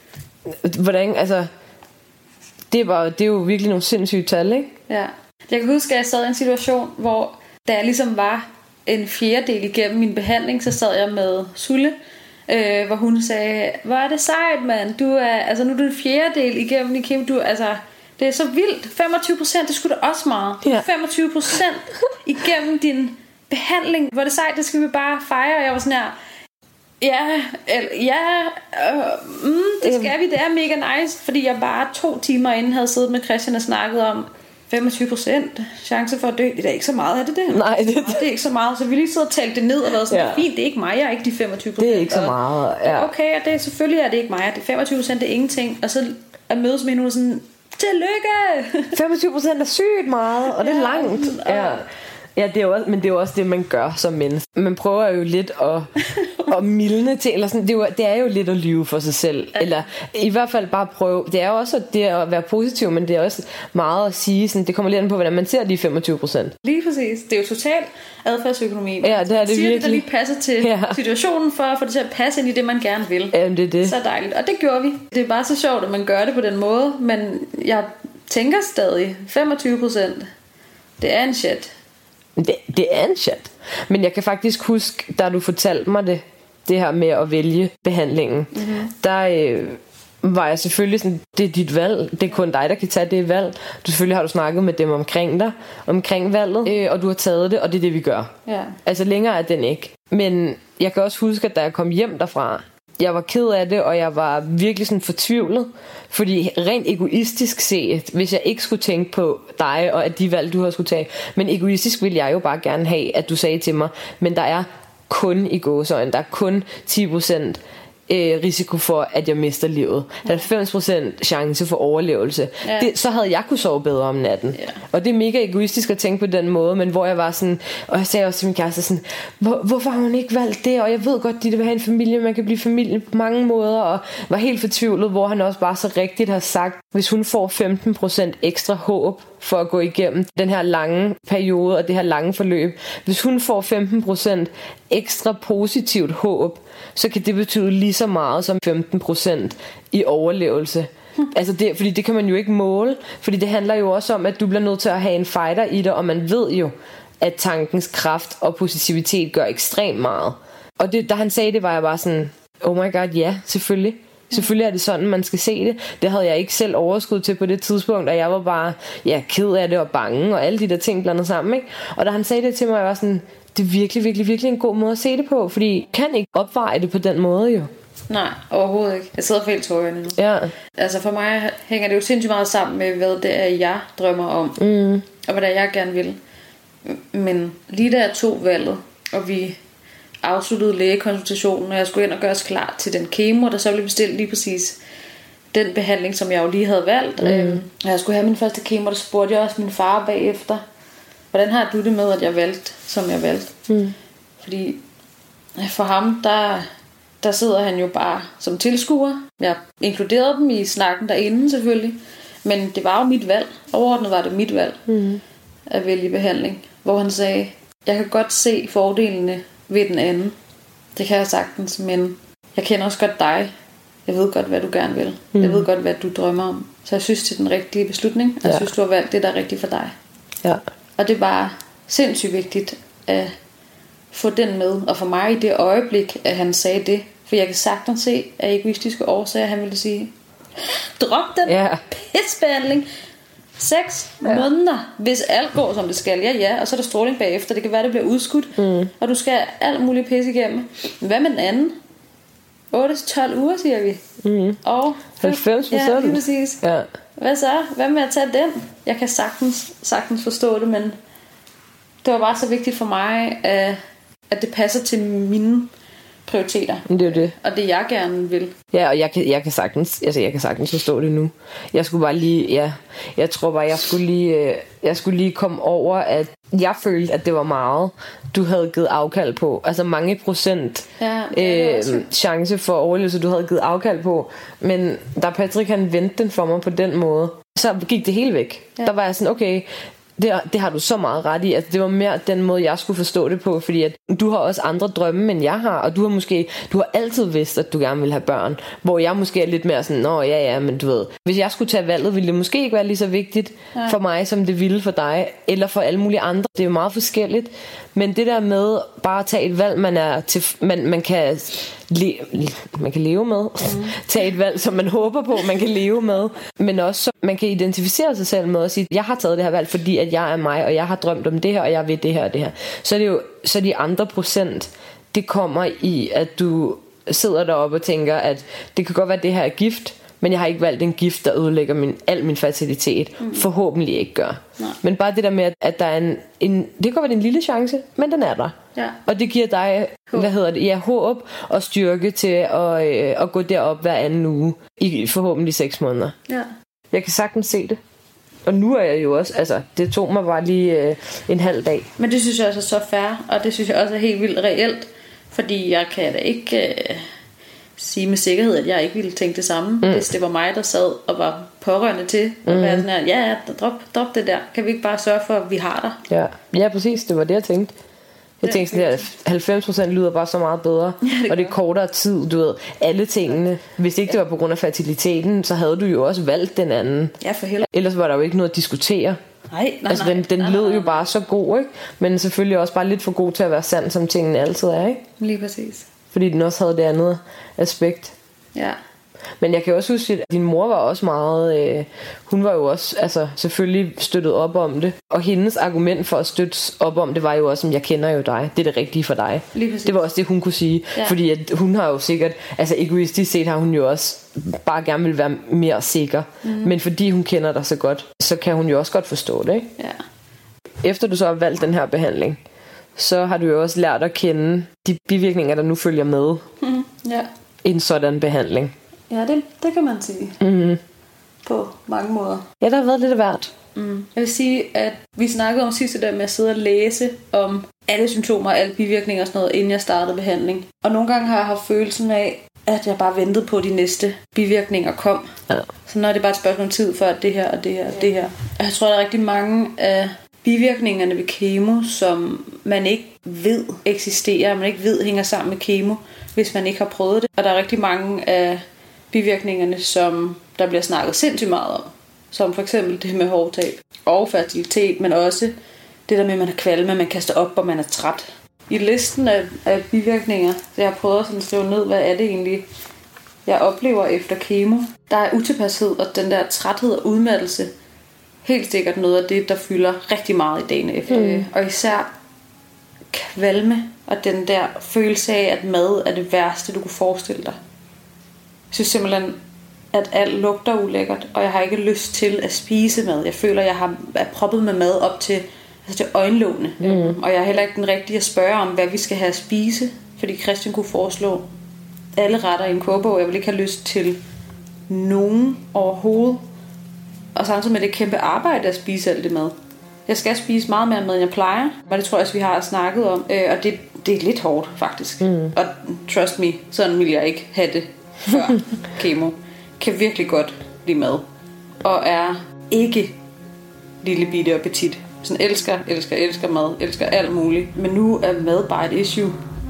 B: hvordan, altså det er, bare, det er jo virkelig nogle sindssyge tal, ikke?
D: Ja. Jeg kan huske, at jeg sad i en situation, hvor da jeg ligesom var en fjerdedel igennem min behandling, så sad jeg med Sulle, øh, hvor hun sagde, hvor er det sejt, mand, du er, altså nu er du en fjerdedel igennem din kemo, du, altså, det er så vildt, femogtyve procent, det skulle da også meget, ja. femogtyve procent igennem din behandling, hvor er det sejt, det skal vi bare fejre, og jeg var sådan her, ja, eller, ja, øh, mm, det skal vi, det er mega nice, fordi jeg bare to timer inden havde siddet med Christian og snakket om, femogtyve procent chance for at dø. Det er da ikke så meget, er det det?
B: Nej, det,
D: det er ikke så meget. Så vi lige sidder og talte det ned og været sådan, ja. Det er fint, det er ikke mig, jeg er ikke de femogtyve procent.
B: Det er ikke så meget, ja.
D: Okay, og det, selvfølgelig er det ikke mig. Det er femogtyve procent, det er ingenting. Og så at mødes med hende sådan, tillykke!
B: femogtyve procent er sygt meget, og det er
D: ja,
B: langt. Ja. Ja, det er jo også, men det er jo også det, man gør som menneske. Man prøver jo lidt at, at mildne til, eller sådan, det, er jo, det er jo lidt at lyve for sig selv. Eller i hvert fald bare prøve. Det er jo også det at være positiv, men det er også meget at sige, sådan, det kommer lidt an på, hvordan man ser de femogtyve procent.
D: Lige præcis. Det er jo totalt adfærdsøkonomi.
B: Ja, det er det
D: siger
B: virkelig.
D: Det, der lige passer til ja. situationen, for at få det til at passe ind i det, man gerne vil.
B: Jamen, det er det.
D: Så dejligt. Og det gjorde vi. Det er bare så sjovt, at man gør det på den måde, men jeg tænker stadig, femogtyve procent, det er en shit.
B: Det, det er en chat. Men jeg kan faktisk huske, da du fortalte mig det, det her med at vælge behandlingen, mm-hmm. der øh, var jeg selvfølgelig sådan, det er dit valg, det er kun dig, der kan tage det valg. Du, selvfølgelig har du snakket med dem omkring dig, omkring valget, øh, og du har taget det, og det er det, vi gør.
D: Ja.
B: Altså længere er den ikke. Men jeg kan også huske, at da jeg kom hjem derfra, jeg var ked af det, og jeg var virkelig sådan fortvivlet. Fordi rent egoistisk set, hvis jeg ikke skulle tænke på dig og at de valg du har skulle tage, men egoistisk ville jeg jo bare gerne have, at du sagde til mig, men der er kun i gåseøjne, der er kun ti procent øh, risiko for at jeg mister livet, halvfems procent chance for overlevelse, ja. det, så havde jeg kunne sove bedre om natten, ja. Og det er mega egoistisk at tænke på den måde, men hvor jeg var sådan, og jeg sagde også til min kæreste sådan, Hvor, hvorfor har hun ikke valgt det, og jeg ved godt de vil have en familie, man kan blive familie på mange måder, og var helt fortvivlet, hvor han også bare så rigtigt har sagt, hvis hun får femten procent ekstra håb for at gå igennem den her lange periode og det her lange forløb, hvis hun får femten procent ekstra positivt håb, så kan det betyde lige så meget som femten procent i overlevelse. Hmm. Altså det, fordi det kan man jo ikke måle, fordi det handler jo også om, at du bliver nødt til at have en fighter i dig, og man ved jo, at tankens kraft og positivitet gør ekstremt meget. Og det, da han sagde det, var jeg bare sådan, oh my god, ja, selvfølgelig. Selvfølgelig er det sådan, man skal se det. Det havde jeg ikke selv overskud til på det tidspunkt, og jeg var bare ja, ked af det og bange, og alle de der ting blandet sammen, ikke? Og da han sagde det til mig, jeg var sådan, det er virkelig, virkelig, virkelig en god måde at se det på, fordi jeg kan ikke opveje det på den måde jo.
D: Nej, overhovedet ikke. Jeg sidder for helt tårerne nu.
B: Ja.
D: Altså for mig hænger det jo sindssygt meget sammen med, hvad det er, jeg drømmer om, mm. og hvad det er, jeg gerne vil. Men lige da jeg tog valget, og vi afsluttede lægekonsultationen, og jeg skulle ind og gøres klar til den kemo, der så blev bestilt lige præcis den behandling, som jeg jo lige havde valgt. Mm. Øhm, og jeg skulle have min første kemo, der spurgte jeg også min far bagefter, hvordan har du det med, at jeg valgte, som jeg valgte? Mm. Fordi for ham, der, der sidder han jo bare som tilskuer. Jeg inkluderede dem i snakken derinde selvfølgelig, men det var jo mit valg. Overordnet var det mit valg mm. at vælge behandling, hvor han sagde, jeg kan godt se fordelene ved den anden. Det kan jeg sagtens, men jeg kender også godt dig. Jeg ved godt, hvad du gerne vil. Mm. Jeg ved godt, hvad du drømmer om. Så jeg synes, det er den rigtige beslutning. Og ja. Jeg synes, du har valgt det, der er rigtigt for dig.
B: Ja.
D: Og det er bare sindssygt vigtigt at få den med. Og for mig i det øjeblik, at han sagde det, for jeg kan sagtens se af egoistiske årsager, han ville sige, drop den yeah. pisbehandling. Seks ja. måneder, hvis alt går som det skal. Ja, ja, og så er der stråling bagefter. Det kan være, det bliver udskudt. Mm. Og du skal alt muligt pisse igennem. Hvad med den anden? otte til tolv uger, siger vi.
B: Mm.
D: Og
B: halvfems procent.
D: Ja, lige præcis.
B: Ja.
D: Hvad så? Hvad med at tage den? Jeg kan sagtens, sagtens forstå det, men det var bare så vigtigt for mig, at, at det passer til mine prioriteter.
B: Det er jo det.
D: Og det jeg gerne vil.
B: Ja, og jeg kan, jeg kan sagtens, altså jeg kan sagtens forstå det nu. Jeg skulle bare lige, ja, jeg tror bare, jeg skulle lige, jeg skulle lige komme over, at jeg følte, at det var meget, du havde givet afkald på. Altså mange procent
D: ja, ja,
B: øh, chance for overlevelse, du havde givet afkald på. Men da Patrick han vendte den for mig på den måde, så gik det helt væk. Ja. Der var jeg sådan, okay, det, det har du så meget ret i. Altså, det var mere den måde, jeg skulle forstå det på, fordi at du har også andre drømme, end jeg har, og du har måske, du har altid vidst, at du gerne vil have børn, hvor jeg måske er lidt mere sådan, nå ja, ja, men du ved, hvis jeg skulle tage valget, ville det måske ikke være lige så vigtigt ja. for mig, som det ville for dig, eller for alle mulige andre. Det er jo meget forskelligt, men det der med bare at tage et valg, man er til, man, man kan le, man kan leve med, mm. tage et valg, som man håber på, man kan leve med, men også så man kan identificere sig selv med at sige, jeg har taget det her valg, fordi at jeg er mig, og jeg har drømt om det her, og jeg vil det her og det her. Så er det jo, så de andre procent, det kommer i, at du sidder deroppe og tænker, at det kan godt være, at det her er gift, men jeg har ikke valgt en gift, der ødelægger min, al min fertilitet. Mm. Forhåbentlig ikke gør. Nej. Men bare det der med, at der er en, en det kan godt være en lille chance, men den er der. Ja. Og det giver dig, håb. hvad hedder det, ja, håb og styrke til at, øh, at gå derop hver anden uge i forhåbentlig seks måneder. Ja. Jeg kan sagtens se det. Og nu er jeg jo også, altså det tog mig bare lige øh, en halv dag.
D: Men det synes jeg også er så fair, og det synes jeg også er helt vildt reelt, fordi jeg kan da ikke øh, sige med sikkerhed, at jeg ikke ville tænke det samme, mm. hvis det var mig, der sad og var pårørende til, og mm. være sådan her, ja, ja, drop, drop det der, kan vi ikke bare sørge for, at vi har dig?
B: Ja, ja præcis, det var det, jeg tænkte. Jeg tænkte sådan her, halvfems procent lyder bare så meget bedre. Ja, det og det er kortere tid, du ved, alle tingene. Hvis ikke det var på grund af fertiliteten, så havde du jo også valgt den anden.
D: Ja, for helvede.
B: Ellers var der jo ikke noget at diskutere.
D: Nej, nej,
B: altså, den, den
D: nej,
B: lød
D: nej, nej.
B: jo bare så god, ikke? Men selvfølgelig også bare lidt for god til at være sand, som tingene altid er, ikke?
D: Lige præcis.
B: Fordi den også havde det andet aspekt.
D: Ja.
B: Men jeg kan også huske, at din mor var også meget, øh, hun var jo også altså, selvfølgelig støttet op om det. Og hendes argument for at støtte op om det var jo også, at jeg kender jo dig. Det er det rigtige for dig. Det var også det, hun kunne sige. Ja. Fordi at hun har jo sikkert, altså egoistisk set har hun jo også bare gerne vil være mere sikker. Mm. Men fordi hun kender dig så godt, så kan hun jo også godt forstå det, ikke? Ja. Efter du så har valgt den her behandling, så har du jo også lært at kende de bivirkninger, der nu følger med
D: mm. ja.
B: en sådan behandling.
D: Ja, det, det kan man sige.
B: Mm.
D: På mange måder.
B: Ja, der har været lidt af hvert.
D: Mm. Jeg vil sige, at vi snakkede om sidste der med at sidde og læse om alle symptomer og alle bivirkninger og sådan noget, inden jeg startede behandling. Og nogle gange har jeg haft følelsen af, at jeg bare ventede på, at de næste bivirkninger kom. Ja. Så når det er bare et spørgsmål om tid for, at det her og det her og det her. Og jeg tror, der er rigtig mange af bivirkningerne ved kemo, som man ikke ved eksisterer, man ikke ved hænger sammen med kemo, hvis man ikke har prøvet det. Og der er rigtig mange af bivirkningerne, som der bliver snakket sindssygt meget om. Som for eksempel det med hårtab og fertilitet, men også det der med, at man har kvalme, man kaster op, og man er træt. I listen af, af bivirkninger, så jeg har prøvet at skrive ned, hvad er det egentlig, jeg oplever efter kemo. Der er utilpashed og den der træthed og udmattelse. Helt sikkert noget af det, der fylder rigtig meget i dagen efter. Mm. Og især kvalme og den der følelse af, at mad er det værste, du kunne forestille dig. Jeg synes simpelthen, at alt lugter ulækkert, og jeg har ikke lyst til at spise mad. Jeg føler, at jeg har, er proppet med mad op til, altså til øjenlågene. Mm. Og jeg er heller ikke den rigtige at spørge om, hvad vi skal have at spise, fordi Christian kunne foreslå alle retter i en kogebog. Jeg vil ikke have lyst til nogen overhovedet. Og samtidig med det kæmpe arbejde at spise alt det mad. Jeg skal spise meget mere mad, end jeg plejer, og det tror jeg også, vi har snakket om. Og det, det er lidt hårdt, faktisk. Mm. Og trust me, sådan vil jeg ikke have det før kemo. Kan virkelig godt lide mad. Og er ikke lille bitte og petit. Sådan elsker, elsker, elsker mad. Elsker alt muligt. Men nu er mad bare et issue.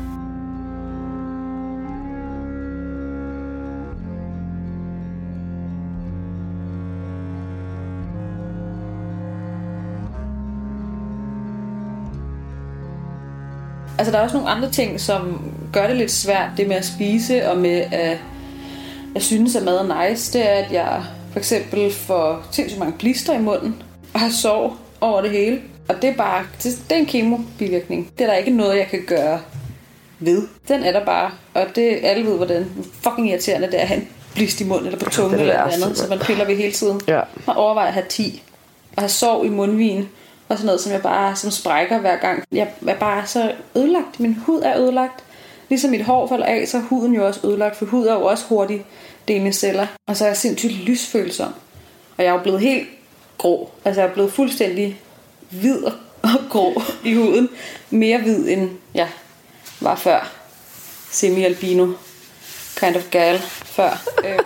D: Altså der er også nogle andre ting, som gør det lidt svært, det med at spise og med at jeg synes, at mad er nice. Det er, at jeg for eksempel får sindssygt mange blister i munden og har sår over det hele. Og det er bare, det er en kemobivirkning. Det er der ikke noget, jeg kan gøre ved. Den er der bare, og det alle ved, hvordan fucking irriterende det er at have en blist i munden eller på tungen eller noget andet, så man piller ved hele tiden. Ja. Man overvejer at have ti og have sår i mundvigen. Og sådan noget, som jeg bare som sprækker hver gang. Jeg er bare så ødelagt. Min hud er ødelagt. Ligesom mit hår falder af, så er huden jo også ødelagt, for hud er jo også hurtigt delende celler. Og så er jeg sindssygt lysfølsom. Og jeg er jo blevet helt grå. Altså jeg er blevet fuldstændig hvid og grå i huden. Mere hvid end jeg var før. Semi-albino. Kind of gal før. øh.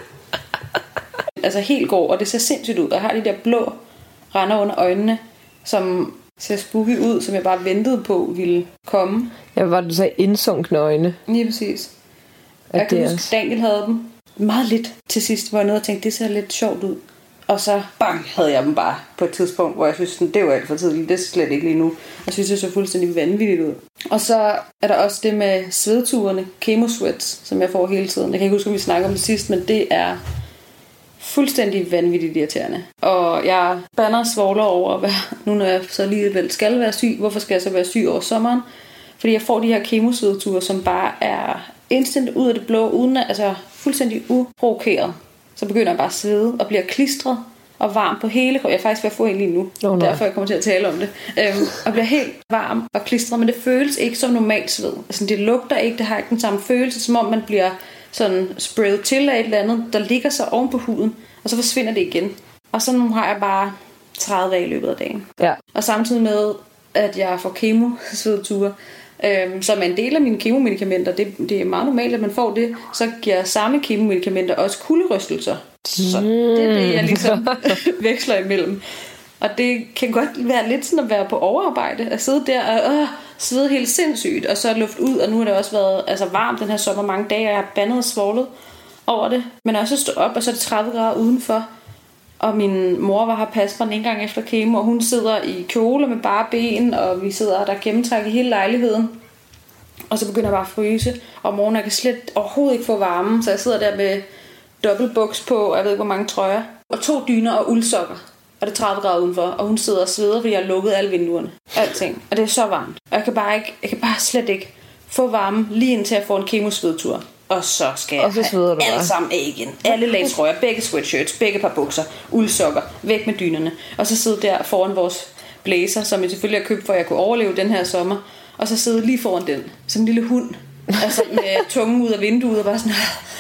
D: Altså helt grå, og det ser sindssygt ud. Jeg har de der blå render under øjnene, som ser spooky ud, som jeg bare ventede på ville komme.
B: Ja, var du så indsunkne øjne?
D: Lige præcis. Jeg kan huske, at Daniel havde dem meget lidt til sidst, hvor jeg nåede og tænkte, det ser lidt sjovt ud. Og så bang, havde jeg dem bare på et tidspunkt, hvor jeg synes, det var alt for tidligt. Det er slet ikke lige nu. Jeg synes, det så fuldstændig vanvittigt ud. Og så er der også det med svedturene, chemosweats, som jeg får hele tiden. Jeg kan ikke huske, om vi snakker om det sidst, men det er fuldstændig vanvittigt irriterende. Og jeg bander svogler over at være, nu når jeg så alligevel skal være syg. Hvorfor skal jeg så være syg over sommeren? Fordi jeg får de her kemosvedture, som bare er instant ud af det blå, uden at, altså fuldstændig uprovokeret. Så begynder jeg bare at svede og bliver klistret og varm på hele kroppen. Jeg er faktisk ved at få en lige nu, oh, derfor jeg kommer til at tale om det. Øhm, og bliver helt varm og klistret, men det føles ikke som normalt sved. Altså det lugter ikke, det har ikke den samme følelse, som om man bliver sådan sprayet til af et eller andet, der ligger sig oven på huden, og så forsvinder det igen. Og så nu har jeg bare tredive af i løbet af dagen.
B: Ja.
D: Og samtidig med, at jeg får kemosvedture, øhm, som er en del af mine kemomedikamenter, det, det er meget normalt, at man får det, så giver samme kemomedikamenter også kulderystelser. Så det er det, jeg ligesom veksler imellem. Og det kan godt være lidt sådan at være på overarbejde, at sidde der og øh, svede helt sindssygt, og så luft ud, og nu har det også været altså, varmt den her sommer mange dage, og jeg har bandet og svoglet over det. Men også at stå op, og så er det tredive grader udenfor, og min mor var her passe mig en gang efter kemo, og hun sidder i kjole med bare ben, og vi sidder der gennemtræk i hele lejligheden. Og så begynder jeg bare at fryse, og om morgenen jeg kan slet overhovedet ikke få varme, så jeg sidder der med dobbeltbuks på, og jeg ved ikke hvor mange trøjer, og to dyner og uldsokker. Og det er tredive grader udenfor, og hun sidder og sveder, fordi jeg har lukket alle vinduerne. Alting. Og det er så varmt. Og jeg kan bare, ikke, jeg kan bare slet ikke få varme, lige indtil jeg får en kemosvedtur. Og så skal jeg
B: og så
D: have alle bare. Sammen af igen. Alle lag trøjer, begge sweatshirts, begge par bukser, uldsokker, væk med dynerne. Og så sidde der foran vores blazer, som jeg selvfølgelig har købt, for at jeg kunne overleve den her sommer. Og så sidde lige foran den, som en lille hund. Altså med tungen ud af vinduet og bare sådan...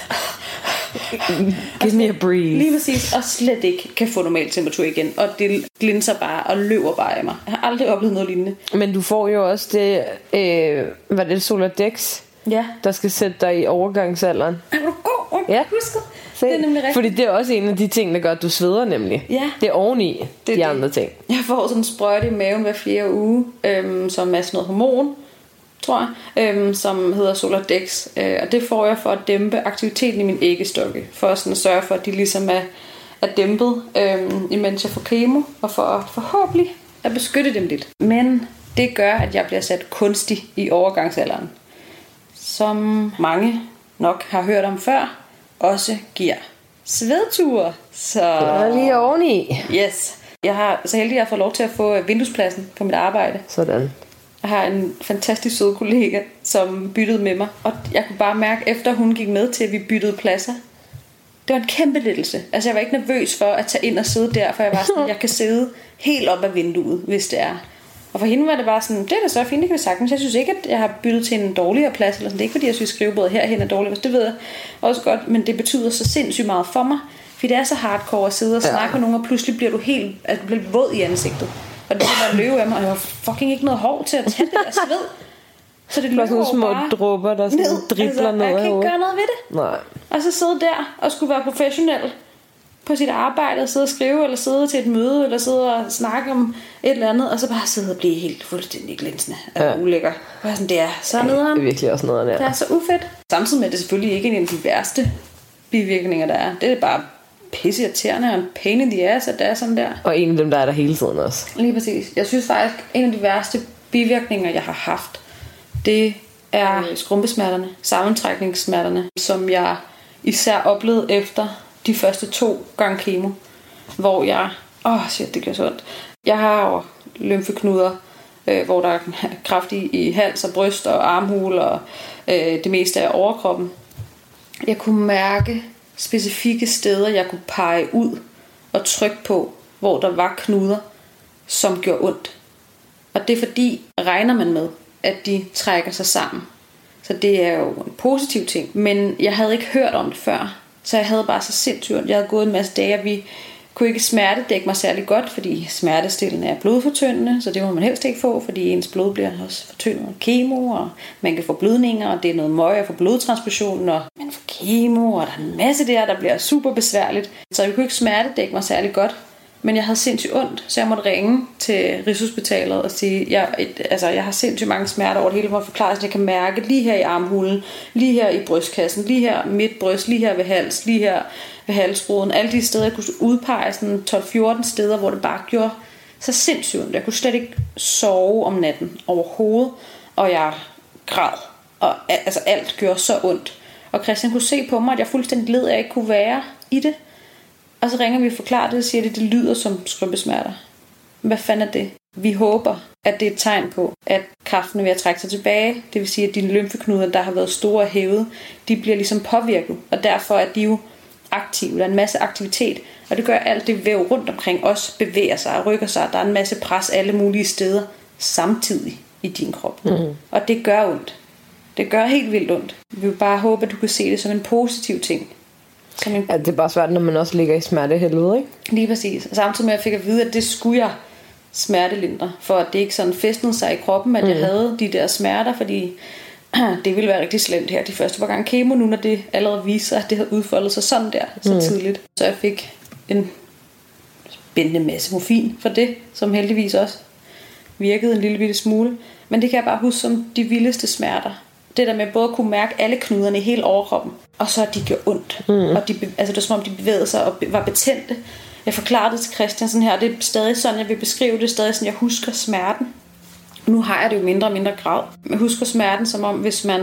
B: Give me a breeze.
D: Lige præcis, og slet ikke kan få normal temperatur igen. Og det glinser bare og løber bare af mig. Jeg har aldrig oplevet noget lignende.
B: Men du får jo også det, øh, hvad det er, Soladex,
D: ja,
B: der skal sætte dig i overgangsalderen.
D: Er du god?
B: Ja.
D: Husket. Det er nemlig rigtigt.
B: Fordi det er også en af de ting, der gør, at du sveder nemlig.
D: Ja.
B: Det er oveni
D: det er
B: de
D: det.
B: andre ting.
D: Jeg får sådan en sprøjte i maven hver fjerde uge, øhm, som er sådan noget hormon, tror jeg, øhm, som hedder Soladex. Øh, og det får jeg for at dæmpe aktiviteten i min æggestokke. For sådan at sørge for, at de ligesom er, er dæmpet, øhm, imens jeg får kemo. Og for forhåbentlig at beskytte dem lidt. Men det gør, at jeg bliver sat kunstig i overgangsalderen. Som mange nok har hørt om før, også giver svedture. Så
B: det er lige oveni.
D: Yes. Jeg har så heldig, at jeg har fået lov til at få vinduespladsen på mit arbejde.
B: Sådan.
D: Jeg har en fantastisk sød kollega, som byttede med mig. Og jeg kunne bare mærke, efter hun gik med til, at vi byttede pladser. Det var en kæmpe lettelse. Altså jeg var ikke nervøs for at tage ind og sidde der, for jeg var sådan, jeg kan sidde helt op ad vinduet, hvis det er. Og for hende var det bare sådan, det er da så fint, det kan vi sagtens. Jeg synes ikke, at jeg har byttet til en dårligere plads. Eller sådan. Det er ikke, fordi jeg synes, skrivebordet herhen er dårligt. Det ved jeg også godt, men det betyder så sindssygt meget for mig. Fordi det er så hardcore at sidde og snakke ja. med nogen, og pludselig bliver du helt altså, bliver våd i ansigtet. Og det var løbe af mig, og jeg har fucking ikke noget hår til at tage det der sved. Så det løber
B: sådan små
D: bare
B: dråber, der sådan
D: ned.
B: dribler
D: altså,
B: ned.
D: Jeg kan ikke gøre noget ved det.
B: Nej.
D: Og så sidde der og skulle være professionel på sit arbejde, og sidde og skrive, eller sidde til et møde, eller sidde og snakke om et eller andet, og så bare sidde og blive helt fuldstændig glinsende og ja. ulækker. Og sådan, det er så nederen.
B: Det er virkelig også nederen, ja.
D: Det er så ufedt. Samtidig med, at det selvfølgelig ikke er en af de værste bivirkninger, der er. Det er bare pisseirriterende og en pain in the ass, at det er sådan der.
B: Og en af dem, der er der hele tiden også.
D: Lige præcis. Jeg synes faktisk, en af de værste bivirkninger, jeg har haft, det er skrumpesmerterne, sammentrækningssmerterne, som jeg især oplevede efter de første to gange kemo, hvor jeg, åh oh shit, det gør så ondt. Jeg har jo lymfeknuder, øh, hvor der er kræft i, i hals og bryst og armhul og øh, det meste af overkroppen. Jeg kunne mærke specifikke steder, jeg kunne pege ud og trykke på, hvor der var knuder, som gjorde ondt. Og det er fordi, regner man med, at de trækker sig sammen. Så Så det er jo en positiv ting. Men jeg havde ikke hørt om det før. Så jeg havde bare så sindssygt ondt. Jeg havde gået en masse dage, og vi kunne ikke smertedække mig særlig godt, fordi smertestillende er blodfortyndende, så det må man helst ikke få, fordi ens blod bliver også fortyndet af kemo, og man kan få blødninger, og det er noget møg at få blodtransfusion, og man får kemo, og der er en masse der, der bliver super besværligt. Så jeg kunne ikke smertedække mig særlig godt, men jeg havde sindssygt ondt, så jeg måtte ringe til Rigshospitalet og sige, jeg, altså, jeg har sindssygt mange smerter over det hele, hvor jeg forklarer, at jeg kan mærke lige her i armhulen, lige her i brystkassen, lige her midt bryst, lige her ved hals, lige her ved halsroden, alle de steder, jeg kunne udpege sådan tolv fjorten steder, hvor det bare gjorde så sindssygt ondt. Jeg kunne slet ikke sove om natten overhovedet, og jeg græd, og altså alt gjorde så ondt. Og Christian kunne se på mig, at jeg fuldstændig led, at jeg ikke kunne være i det. Og så ringer vi og forklarer det og siger, at det lyder som skrøbesmerter. Hvad fanden er det? Vi håber, at det er et tegn på, at kræften er ved at trække sig tilbage. Det vil sige, at dine lymfeknuder, der har været store og hævet, de bliver ligesom påvirket. Og derfor er de jo aktive. Der er en masse aktivitet. Og det gør, at alt det væv rundt omkring os bevæger sig og rykker sig. Der er en masse pres alle mulige steder samtidig i din krop. Mm. Og det gør ondt. Det gør helt vildt ondt. Vi vil bare håbe, at du kan se det som en positiv ting. En...
B: Ja, det er bare svært, når man også ligger i smertehelvede, ikke?
D: Lige præcis. Og samtidig med, at jeg fik at vide, at det skulle jeg smertelindre, for at det ikke sådan festnede sig i kroppen, at mm. jeg havde de der smerter, fordi det ville være rigtig slemt her de første par gange kemo, nu når det allerede viser, at det havde udfoldet sig sådan der, så mm. tidligt. Så jeg fik en spændende masse morfin for det, som heldigvis også virkede en lille bitte smule. Men det kan jeg bare huske som de vildeste smerter. Det der med både at kunne mærke alle knuderne i hele overkroppen, og så at de gjorde ondt. Mm. Og de, altså det var som om de bevægede sig og var betændte. Jeg forklarede det til Christian sådan her, og det er stadig sådan, jeg vil beskrive det, stadig sådan, jeg husker smerten. Nu har jeg det jo mindre og mindre grad. Jeg husker smerten som om, hvis man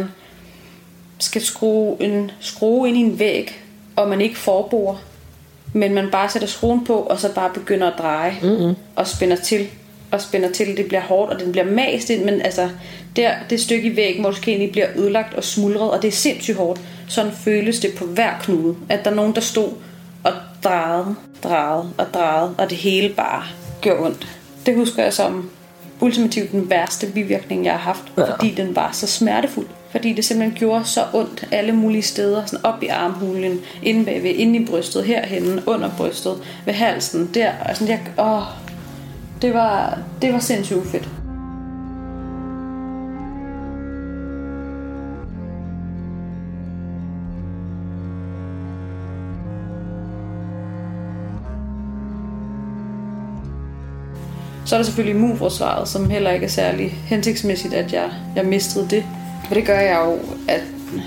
D: skal skrue en skrue ind i en væg, og man ikke forborer, men man bare sætter skruen på, og så bare begynder at dreje, mm-hmm. og spænder til, og spænder til, det bliver hårdt, og den bliver mast ind, men altså, der, det stykke i væggen, hvor det egentlig bliver ødelagt og smuldret, og det er sindssygt hårdt. Sådan føles det på hver knude, at der er nogen, der stod og drejede, drejede og drejede, og det hele bare gør ondt. Det husker jeg som ultimativt den værste bivirkning, jeg har haft, ja. Fordi den var så smertefuld. Fordi det simpelthen gjorde så ondt alle mulige steder, sådan op i armhulen, inde bagved, inde i brystet, herhenne, under brystet, ved halsen, der, og sådan der, åh, det var, det var sindssygt fedt. Så er der selvfølgelig immunforsvaret, som heller ikke er særlig hensigtsmæssigt, at jeg, jeg mistede det. For det gør jeg jo at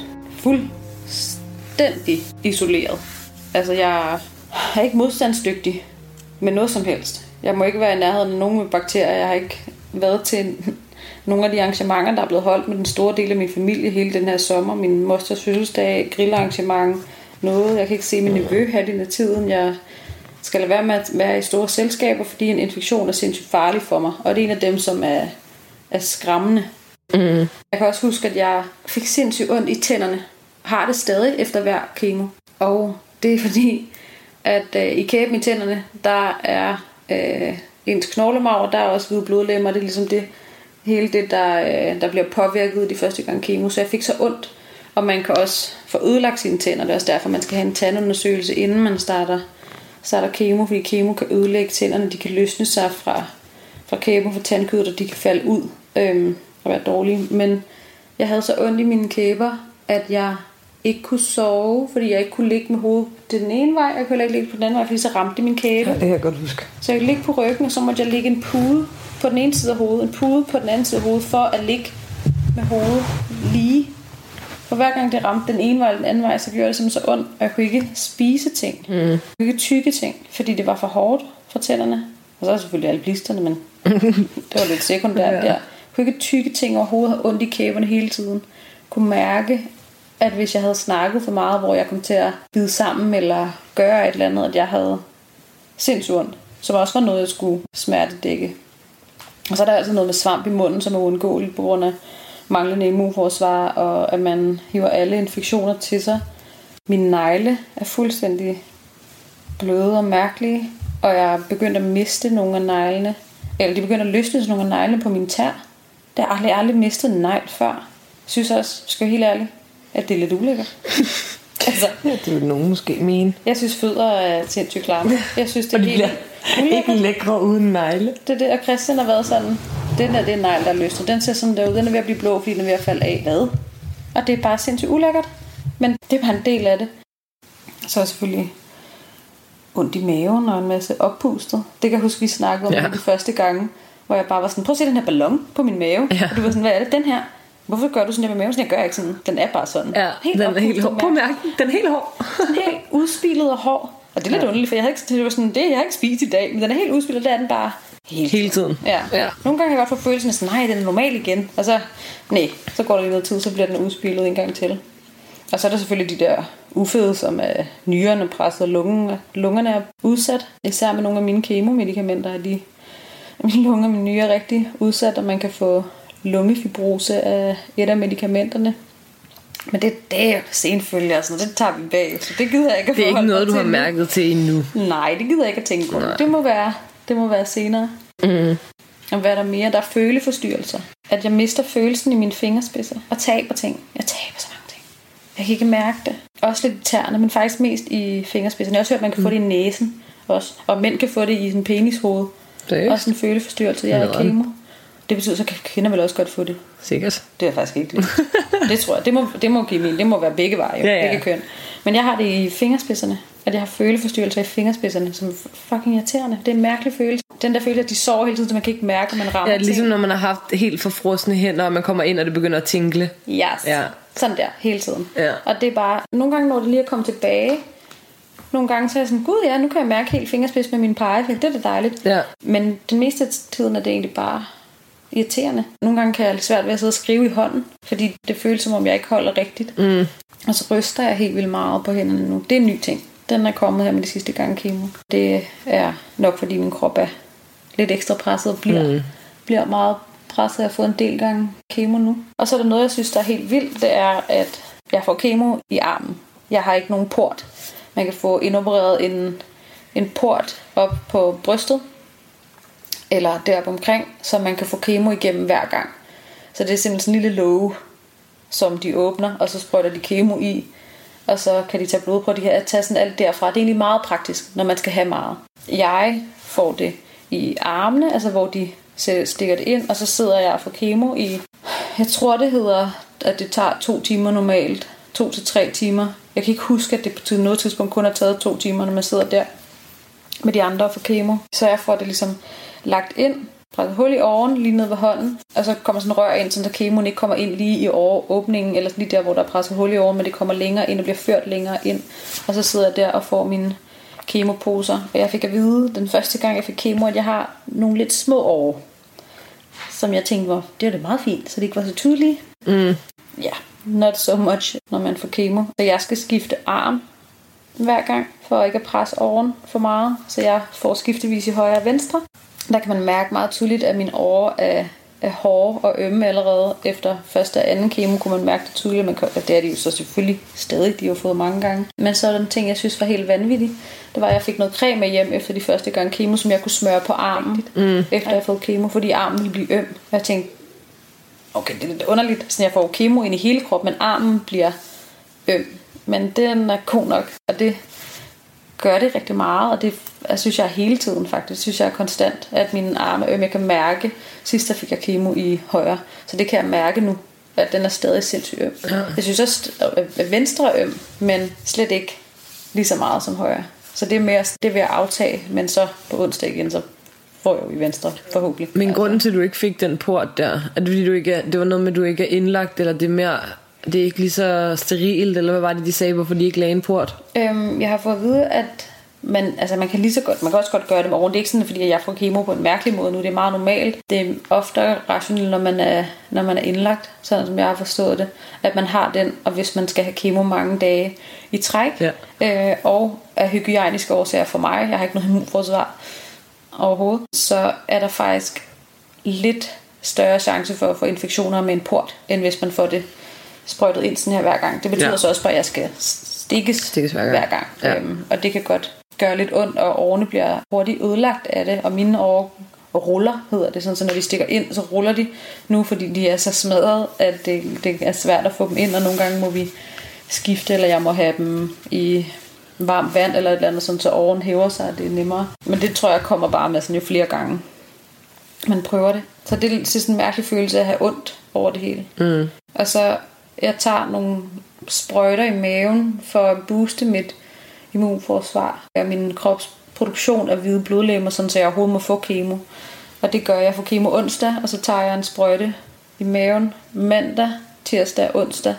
D: fuldstændig isoleret. Altså jeg er ikke modstandsdygtig med noget som helst. Jeg må ikke være i nærheden af nogen med bakterier. Jeg har ikke været til nogle af de arrangementer, der er blevet holdt med den store del af min familie hele den her sommer. Min mosters fødselsdag, grillarrangement, noget. Jeg kan ikke se min nevø halvdelen af tiden. Jeg skal lade være med at være i store selskaber, fordi en infektion er sindssygt farlig for mig. Og det er en af dem, som er, er skræmmende. Mm. Jeg kan også huske, at jeg fik sindssygt ondt i tænderne. Har det stadig efter hver kemo. Og det er fordi, at øh, i kæben i tænderne, der er øh, ens knoglemarv, der er også hvide blodlemmer. Det er ligesom det hele det, der, øh, der bliver påvirket de første gang kemo. Så jeg fik så ondt. Og man kan også få ødelagt sine tænder. Det er også derfor, man skal have en tandundersøgelse, inden man starter så er der kemo, fordi kemo kan ødelægge tænderne, de kan løsne sig fra, fra kæben, fra tandkødet, og de kan falde ud øhm, og være dårlige. Men jeg havde så ondt i mine kæber, at jeg ikke kunne sove, fordi jeg ikke kunne ligge med hovedet til den ene vej, jeg kunne ikke ligge på den anden vej, fordi så ramte det min kæbe.
B: Ja, det kan jeg godt huske.
D: Så jeg kunne ligge på ryggen, og så måtte jeg ligge en pude på den ene side af hovedet, en pude på den anden side af hovedet, for at ligge med hovedet lige. For hver gang det ramte den ene vej eller den anden vej, så gjorde det simpelthen så ondt, og jeg kunne ikke spise ting. Mm. Jeg kunne ikke tykke ting, fordi det var for hårdt for tænderne. Og så er selvfølgelig alle blisterne, men det var lidt sekundært ja. Der. Jeg kunne ikke tykke ting overhovedet, havde ondt i kæberne hele tiden. Jeg kunne mærke, at hvis jeg havde snakket for meget, hvor jeg kom til at bide sammen eller gøre et eller andet, at jeg havde sindssygt ondt. Som også var noget, jeg skulle smertedække. Og så er der altså noget med svamp i munden, som er uundgåeligt på grund af manglende immunforsvar, og at man hiver alle infektioner til sig. Mine negle er fuldstændig bløde og mærkelige, og jeg er begyndt at miste nogle af neglene. Eller de begynder at løsne nogle af neglene på mine tær. Der har aldrig, aldrig mistet en negl før. synes også, skal jeg helt ærlig, at det er lidt ulækkert. Altså,
B: ja, det vil nogen måske mene.
D: Jeg synes fødder er sindssygt klamme. Jeg synes det er helt
B: ulækkert. Ikke lækre uden negle.
D: Det er det, og Christian har været sådan. Den der, det er en negl, der er løst, og den ser sådan der ud. Den er ved at blive blå, fordi den er ved at falde af. Hvad? Og det er bare sindssygt ulækkert. Men det er bare en del af det. Så er selvfølgelig ondt i maven og en masse oppustet. Det kan jeg huske, vi snakkede om ja. de første gange, hvor jeg bare var sådan, prøv at se den her ballon på min mave. Ja. Og du var sådan, hvad er det, den her? Hvorfor gør du sådan der med maven? Sådan, jeg gør ikke sådan. Den er bare sådan.
B: Ja, helt den er helt hård. På mærken. Den er helt hård.
D: Den er helt udspilet og hård. Og det er lidt ja. underligt, for jeg havde ikke, det var sådan, det jeg har ikke spist i dag, men den er helt udspillet, der er den bare
B: hele tiden. Hele tiden.
D: Ja. ja. Nogle gange kan jeg godt få følelsen af sådan, nej, den er normal igen. Og så, nej, så går der lidt noget tid, så bliver den udspillet en gang til. Og så er der selvfølgelig de der ufede, som er nyrerne presset, og lungen, lungerne er udsat. Især med nogle af mine kemomedikamenter, er de mine lunger og mine nyrer er rigtig udsat, og man kan få lungefibrose af et af medicamenterne. Men det, det er senfølge og sådan noget, det tager vi bag, så det gider jeg ikke at
B: det er ikke noget, du har mærket til endnu.
D: Nej, det gider jeg ikke at tænke på. Det må være, det må være senere. Mm. Og hvad er der mere? Der er føleforstyrrelser. At jeg mister følelsen i mine fingerspidser og taber ting. Jeg taber så mange ting. Jeg kan ikke mærke det. Også lidt i tæerne, men faktisk mest i fingerspidserne. Jeg har også hørt, at man kan mm. få det i næsen også. Og mænd kan få det i sådan en penishoved. Det er også en føleforstyrrelse. Jeg er kemo. Det betyder, så kan kvinder vel også godt få det.
B: Sikkert.
D: Det er faktisk ikke lidt. Det tror jeg. Det må, det må give mening. Det må være begge veje. Ja, ja. Begge køn. Men jeg har det i fingerspidserne. At jeg har føleforstyrrelser i fingerspidserne, som er fucking irriterende. Det er en mærkelig følelse. Den der følelse, at de sover hele tiden, så man kan ikke mærke, at man rammer.
B: Ja, ligesom ting. Når man har haft helt forfrosne hænder, og man kommer ind, og det begynder at tingle.
D: Yes. Ja. Sådan der, hele tiden.
B: Ja.
D: Og det er bare, nogle gange når det lige er kommet tilbage, nogle gange så er jeg sådan, gud ja, nu kan jeg mærke helt fingerspids med min pegefinger. Det er da dejligt. Ja. Men den meste af tiden er det egentlig bare irriterende. Nogle gange kan jeg have svært ved at sidde og skrive i hånden, fordi det føles som om jeg ikke holder rigtigt. Mm. Og så ryster jeg helt vildt meget på hænderne nu. Det er en ny ting. Den er kommet her med de sidste gange kemo. Det er nok fordi min krop er lidt ekstra presset og bliver, mm. bliver meget presset. Jeg har fået en del gange kemo nu. Og så er der noget, jeg synes, der er helt vildt. Det er, at jeg får kemo i armen. Jeg har ikke nogen port. Man kan få indopereret en, en port op på brystet, eller deroppe omkring, så man kan få kemo igennem hver gang. Så det er simpelthen sådan en lille låge, som de åbner, og så sprøjter de kemo i, og så kan de tage blodprøver. De kan tage sådan alt derfra. Det er egentlig meget praktisk, når man skal have meget. Jeg får det i armene, altså hvor de stikker det ind, og så sidder jeg og får kemo i, jeg tror det hedder, at det tager to timer normalt, to til tre timer. Jeg kan ikke huske, at det på noget tidspunkt kun har taget to timer, når man sidder der med de andre og får kemo. Så jeg får det ligesom lagt ind, presset hul i åren, lige ned ved hånden, og så kommer sådan en rør ind, så kemoen ikke kommer ind lige i åreåbningen, eller lige der, hvor der er presset hul i åren, men det kommer længere ind og bliver ført længere ind. Og så sidder jeg der og får mine kemoposer. Og jeg fik at vide, den første gang jeg fik kemo, at jeg har nogle lidt små år, som jeg tænkte var, det var det meget fint, så det ikke var så tydelige. Mm. Ja, not so much, når man får kemo. Så jeg skal skifte arm hver gang, for ikke at presse åren for meget. Så jeg får skiftevis i højre og venstre. Der kan man mærke meget tydeligt, at mine årer er, er hårde og ømme allerede. Efter første og anden kemo kunne man mærke det tydeligt. Man kan, det er de jo så selvfølgelig stadig, de har fået mange gange. Men så er der en ting, jeg synes var helt vanvittigt. Det var, at jeg fik noget creme med hjem efter de første gange kemo, som jeg kunne smøre på armen, mm. efter jeg havde fået kemo, fordi armen ville blive øm. Og jeg tænkte, okay, det er lidt underligt, så jeg får kemo ind i hele kroppen, men armen bliver øm. Men den er god nok, og det gør det rigtig meget, og det jeg synes jeg hele tiden faktisk. Det synes jeg er konstant, at mine arme er øm. Jeg kan mærke, sidst der fik jeg kemo i højre, så det kan jeg mærke nu, at den er stadig sindssygt øm. Ja. Jeg synes også, at venstre er øm, men slet ikke lige så meget som højre. Så det er mere, det vil jeg aftage, men så på onsdag igen, så får jeg jo i venstre, forhåbentlig.
B: Men altså, grunden til, at du ikke fik den port der, er det fordi, du ikke er, det var noget med, at du ikke er indlagt, eller det er mere, det er ikke lige så sterilt, eller hvad var det, de sagde, hvorfor de ikke lagde en port?
D: Øhm, jeg har fået at vide, at man, altså man kan lige så godt, man kan også godt gøre det med åren. Det er ikke sådan, fordi jeg får kemo på en mærkelig måde nu. Det er meget normalt. Det er ofte rationelt, når man er, når man er indlagt, sådan som jeg har forstået det, at man har den, og hvis man skal have kemo mange dage i træk, ja. øh, og af hygiejniske årsager for mig, jeg har ikke noget immunforsvar overhovedet, så er der faktisk lidt større chance for at få infektioner med en port, end hvis man får det sprøjtet ind sådan her hver gang. Det betyder ja. så også bare, at jeg skal stikkes, stikkes hver gang, hver gang. Ja. Øhm, og det kan godt gøre lidt ondt, og årene bliver hurtigt ødelagt af det, og mine år ruller, hedder det. Sådan, så når de stikker ind, så ruller de nu, fordi de er så smadret, at det, det er svært at få dem ind, og nogle gange må vi skifte, eller jeg må have dem i varmt vand, eller et eller andet, sådan, så oven hæver sig, og det er nemmere. Men det tror jeg kommer bare med sådan jo flere gange, man prøver det. Så det er sådan en mærkelig følelse at have ondt over det hele. Mm. Og så jeg tager nogle sprøjter i maven for at booste mit immunforsvar og min krops produktion af hvide blodlegemer, sådan så jeg overhovedet må få kemo. Og det gør jeg. Jeg får kemo onsdag, og så tager jeg en sprøjte i maven mandag, tirsdag og onsdag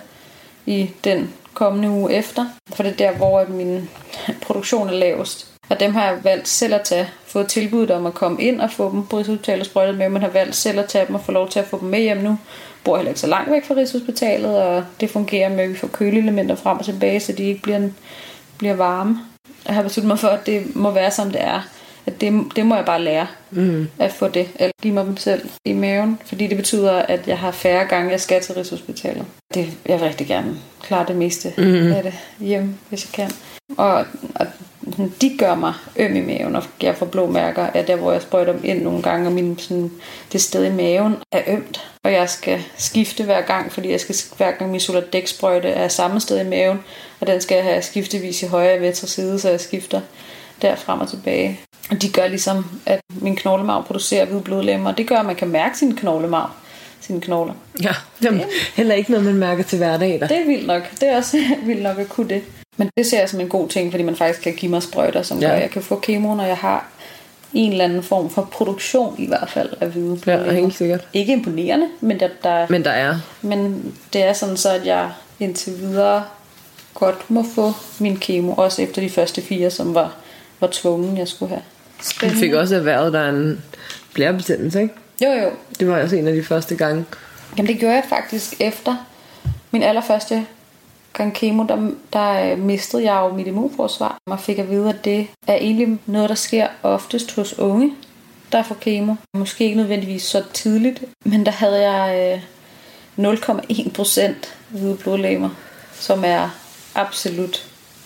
D: i den kommende uge efter. For det er der, hvor min produktion er lavest. Og dem har jeg valgt selv at tage. Fået tilbuddet om at komme ind og få dem på Rigshospitalet sprøjtet med, men har valgt selv at tage dem og få lov til at få dem med hjem nu. Bor heller ikke så langt væk fra Rigshospitalet, og det fungerer med, at vi får køleelementer frem og tilbage, så de ikke bliver, bliver varme. Jeg har besluttet mig for, at det må være, som det er. At det, det må jeg bare lære mm. at få det. Eller give mig dem selv i maven. Fordi det betyder, at jeg har færre gange, jeg skal til Rigshospitalet. Det, jeg vil rigtig gerne klare det meste mm. af det hjemme, hvis jeg kan. Og, og de gør mig øm i maven, og jeg får blå mærker af der, hvor jeg sprøjter dem ind nogle gange, og min, sådan, det sted i maven er ømt. Og jeg skal skifte hver gang, fordi jeg skal hver gang min Soladex-sprøjte er samme sted i maven, og den skal jeg have skiftevis i højre og venstre side, så jeg skifter der frem og tilbage. Og de gør ligesom, at min knoglemarv producerer hvide blodlegemer, og det gør, at man kan mærke sin knoglemarv, sine knogler.
B: Ja, jamen, heller ikke noget, man mærker til hverdag. Der.
D: Det er vildt nok. Det er også vildt nok at kunne det. Men det ser jeg som en god ting, fordi man faktisk kan give mig sprøjter, som ja. gør, at jeg kan få kemo, når jeg har en eller anden form for produktion, i hvert fald, af hvide blodlegemer.
B: Ja, helt sikkert.
D: Ikke imponerende, men der, der,
B: men der er.
D: Men det er sådan så, at jeg indtil videre godt må få min kemo, også efter de første fire, som var, var tvungen, jeg skulle have.
B: Du fik også erhvervet dig en blærebetændelse, ikke?
D: Jo, jo.
B: Det var også en af de første gange.
D: Jamen, det gjorde jeg faktisk efter min allerførste gang kemo, der, der mistede jeg jo mit immunforsvar. Og fik at vide, at det er egentlig noget, der sker oftest hos unge, der får kemo. Måske ikke nødvendigvis så tidligt, men der havde jeg øh, nul komma en procent hvide blodlegemer, som er absolut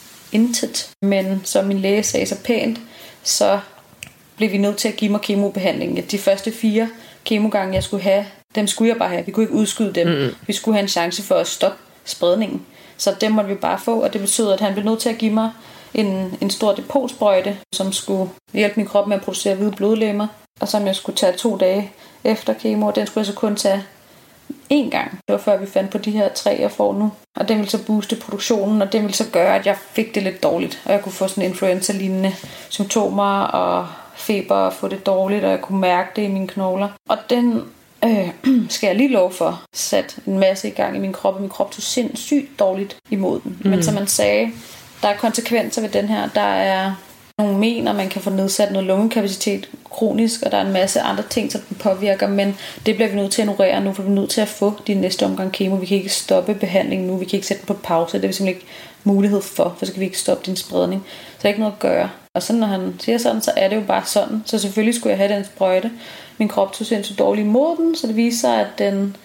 D: intet. Men som min læge sagde så pænt, så blev vi nødt til at give mig kemobehandling. De første fire kemogange, jeg skulle have, dem skulle jeg bare have. Vi kunne ikke udskyde dem. Mm-hmm. Vi skulle have en chance for at stoppe spredningen. Så dem måtte vi bare få, og det betød, at han blev nødt til at give mig en, en stor depotsprøjte, som skulle hjælpe min krop med at producere hvide blodlegemer, og som jeg skulle tage to dage efter kemo, og den skulle jeg så kun tage én gang. Det var før vi fandt på de her tre, jeg får nu. Og den ville så booste produktionen, og den ville så gøre, at jeg fik det lidt dårligt, og jeg kunne få sådan influenza-lignende symptomer og feber og få det dårligt, og jeg kunne mærke det i mine knogler. Og den øh, skal jeg lige love for, sat en masse i gang i min krop, og min krop tog sindssygt dårligt imod den. Mm. Men som man sagde, der er konsekvenser ved den her. Der er nogle mener, man kan få nedsat noget lungekapacitet kronisk, og der er en masse andre ting, som den påvirker, men det bliver vi nødt til at ignorere nu, for vi er nødt til at få de næste omgang kemo. Vi kan ikke stoppe behandlingen nu, vi kan ikke sætte den på pause, det er vi simpelthen ikke mulighed for, for så kan vi ikke stoppe din spredning. Så der er ikke noget at gøre. Og så når han siger sådan, så er det jo bare sådan. Så selvfølgelig skulle jeg have den sprøjte. Min krop tog sindssygt dårligt imod den, så det viser sig, at den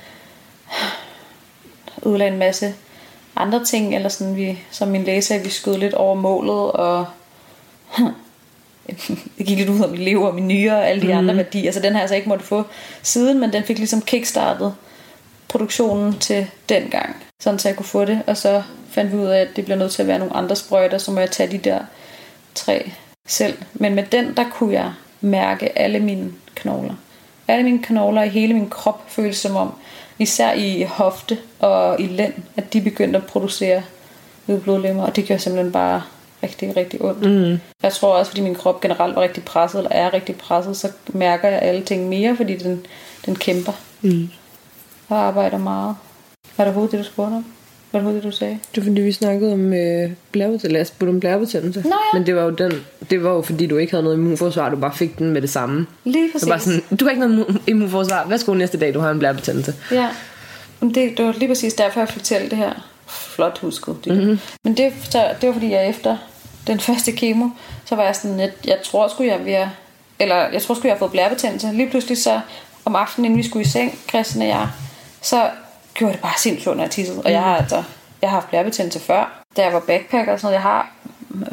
D: udlagde en masse andre ting, eller sådan, vi, som min læge sagde, vi skød lidt over målet, og det gik lidt ud af mit lever og min nyre og alle de mm. andre værdier. Så den har jeg altså ikke måtte få siden, men den fik ligesom kickstartet produktionen til den gang, sådan så jeg kunne få det. Og så fandt vi ud af, at det bliver nødt til at være nogle andre sprøjter, så må jeg tage de der tre selv. Men med den, der kunne jeg mærke alle mine knogler. Alle mine knogler i hele min krop føltes som om, især i hofte og i lænd, at de begyndte at producere hvide blodlegemer, og det gjorde simpelthen bare rigtig, rigtig ondt. Mm. Jeg tror også, fordi min krop generelt var rigtig presset, eller er rigtig presset, så mærker jeg alle ting mere, fordi den, den kæmper mm. og arbejder meget. Var det overhovedet det, du spurgte om? Var det overhovedet det, du sagde?
B: Det var fordi, vi snakkede om øh, blærebetændelse. Jeg spurgte om blærebetændelse.
D: Nå, ja.
B: Men det var, jo den, det var jo fordi, du ikke havde noget immunforsvar, du bare fik den med det samme.
D: Lige præcis.
B: Så bare sådan, du har ikke noget immunforsvar. Værsgo næste dag, du har en blærebetændelse.
D: Ja, det, det var lige præcis derfor, jeg fortalte det her. Flot husket. Mm-hmm. Men det, det var fordi, jeg efter den første kemo, så var jeg sådan, at jeg tror sgu jeg ved eller jeg tror sgu jeg har fået blærebetændelse. Lige pludselig så om aftenen, inden vi skulle i seng, Christian og jeg, så gjorde det bare sindssygt, når jeg tissede. Og jeg har altså, jeg har haft blærebetændelse før, da jeg var backpacker og sådan noget. Jeg har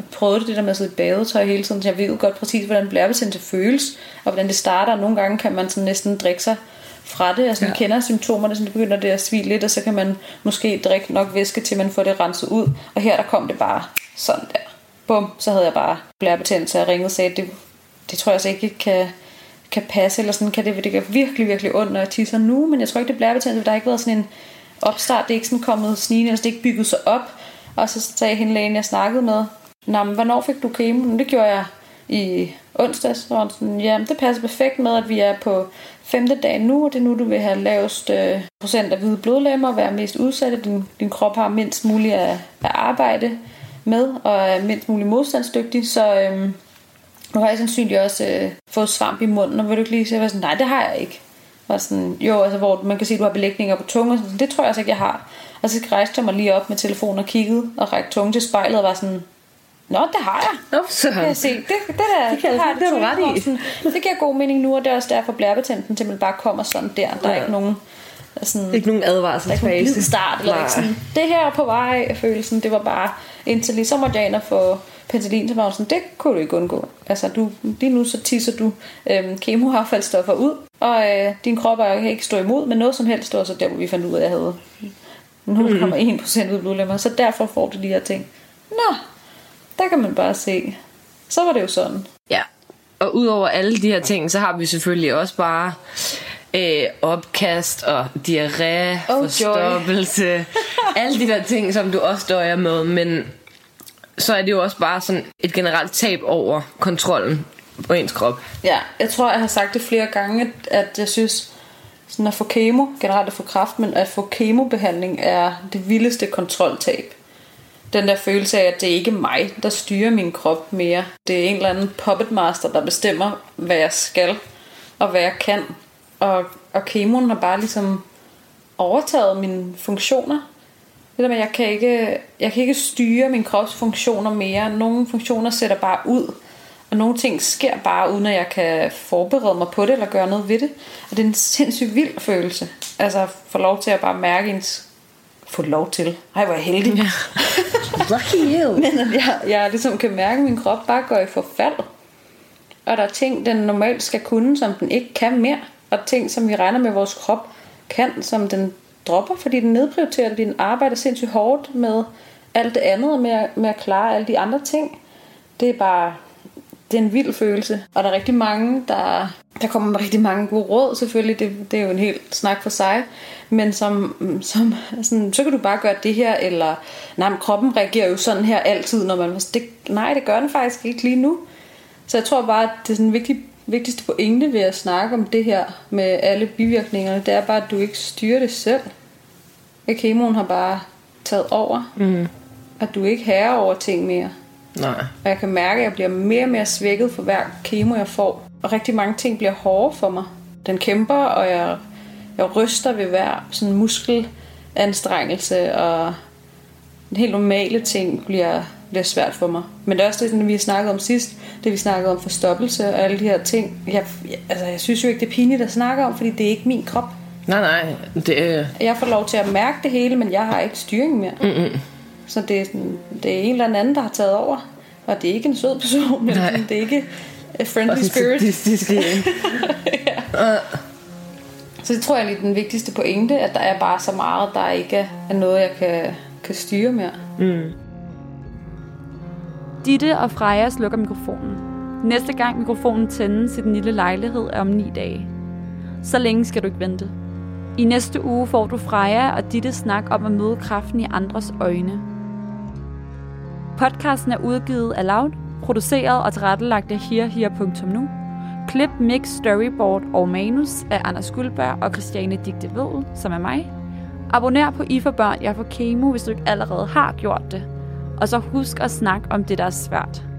D: prøvet det der med at sidde i badetøj hele tiden, så jeg ved godt præcis, hvordan blærebetændelse føles, og hvordan det starter. Nogle gange kan man sådan næsten drikke sig fra det, altså man ja. kender symptomerne, så det begynder det at svie lidt, og så kan man måske drikke nok væske til, man får det renset ud. Og her der kom det bare sådan der. Bum, så havde jeg bare blærebetændelse, og jeg ringede og sagde, det, det tror jeg altså ikke kan, kan passe, eller sådan kan det, det gør virkelig, virkelig ondt, når jeg tisser nu, men jeg tror ikke, det er blærebetændelse, for der har ikke været sådan en opstart, det er ikke sådan kommet snigende, altså det er ikke bygget sig op. Og så sagde hende lægen, jeg snakkede med, nå, men hvornår fik du kemo? Det gjorde jeg i onsdags. Og sådan, ja, det passer perfekt med, at vi er på femte dag nu, og det er nu, du vil have lavest øh, procent af hvide blodlegemer, og være mest udsat. Din, din krop har mindst muligt at, at arbejde med, og er mindst muligt modstandsdygtig. Så øh, nu har jeg sandsynligt også øh, fået svamp i munden, og vil du ikke lige sige, sådan, nej, det har jeg ikke. Og sådan, jo, altså, hvor man kan se, at du har belægninger på tungen, og sådan, det tror jeg altså ikke, jeg har. Og så rejste jeg mig lige op med telefonen og kiggede, og rækte tungen til spejlet, og var sådan, nå, det har jeg.
B: Nå, så
D: kan jeg se. Det, det der,
B: det, kan
D: det, har
B: det, det, det, ret i.
D: Sådan, det giver god mening nu, og det er også derfor, blærebetændelsen simpelthen bare kommer sådan der. Der er ja. ikke nogen sådan,
B: ikke nogen advarselsfase.
D: Der er start, eller ikke sådan, det her er på vej, følelsen, det var bare indtil lige så måtte jeg ind og få penicillin, så var sådan, det kunne du ikke undgå. Altså, du, lige nu så tisser du øhm, kemoaffaldsstoffer ud, og øh, din krop er ikke stå imod, men noget som helst, det var så der, hvor vi fandt ud af, at jeg havde nul komma en procent ud blodlemmer, så derfor får du de her ting. Nå, der kan man bare se. Så var det jo sådan.
B: Ja, og udover alle de her ting, så har vi selvfølgelig også bare øh, opkast og diarré, oh, forstoppelse, alle de der ting, som du også døjer med, men så er det jo også bare sådan et generelt tab over kontrollen på ens krop.
D: Ja, jeg tror, jeg har sagt det flere gange, at jeg synes, sådan at få kemo, generelt at få kræft, men at få kemobehandling er det vildeste kontroltab. Den der følelse af, at det ikke er mig, der styrer min krop mere. Det er en eller anden puppet master, der bestemmer, hvad jeg skal og hvad jeg kan. Og, og kemoen har bare ligesom overtaget mine funktioner. Det der med, at jeg kan ikke, jeg kan ikke styre min krops funktioner mere. Nogle funktioner sætter bare ud, og nogle ting sker bare, uden at jeg kan forberede mig på det, eller gøre noget ved det. Og det er en sindssygt vild følelse. Altså, få lov til at bare mærke ens... Få lov til. Ej, hvor er jeg heldig.
B: Ja. Lucky you.
D: Men at jeg, jeg ligesom kan mærke, at min krop bare går i forfald. Og der er ting, den normalt skal kunne, som den ikke kan mere. Og ting, som vi regner med, vores krop kan, som den dropper, fordi den nedprioriterer, fordi den arbejder sindssygt hårdt med alt det andet, og med at, med at klare alle de andre ting. Det er bare... Det er en vild følelse. Og der er rigtig mange, der... Der kommer med rigtig mange gode råd, selvfølgelig. Det, det er jo en helt snak for sig. Men som, som sådan, så kan du bare gøre det her, eller nej, men kroppen reagerer jo sådan her altid, når man... Det, nej, det gør den faktisk ikke lige nu. Så jeg tror bare, at det er sådan en vigtig, vigtigste pointe ved at snakke om det her med alle bivirkningerne, det er bare, at du ikke styrer det selv. Kemoen har bare taget over. Mm. At du ikke herrer over ting mere.
B: Nej.
D: Og jeg kan mærke, at jeg bliver mere og mere svækket for hver kemo, jeg får. Og rigtig mange ting bliver hårde for mig. Den kæmper, og jeg, jeg ryster ved hver sådan muskelanstrengelse, og en helt normale ting bliver, bliver svært for mig. Men det er også det, vi har snakket om sidst, det vi snakkede om forstoppelse og alle de her ting. Jeg, jeg, altså, jeg synes jo ikke, det er pinligt at snakke om, fordi det er ikke min krop.
B: Nej, nej. Det er... Jeg
D: får lov til at mærke det hele, men jeg har ikke styring mere.
B: Mm-mm.
D: Så det er, sådan, det er en eller anden, der har taget over. Og det er ikke en sød person, men nej. Det er ikke a friendly spirit. Ja. uh. Så det tror jeg er den vigtigste pointe, at der er bare så meget, der ikke er noget, jeg kan, kan styre mere.
B: Mm.
A: Ditte og Freja slukker mikrofonen. Næste gang mikrofonen tændes i den lille lejlighed er om ni dage. Så længe skal du ikke vente. I næste uge får du Freja og Ditte snak om at møde kræften i andres øjne. Podcasten er udgivet af Loud, produceret og tilrettelagt af herher punktum nu. Klip, mix, storyboard og manus af Anders Guldberg og Christiane Digte Vedel, som er mig. Abonner på I for Børn, jeg får kemo, hvis du ikke allerede har gjort det. Og så husk at snakke om det, der er svært.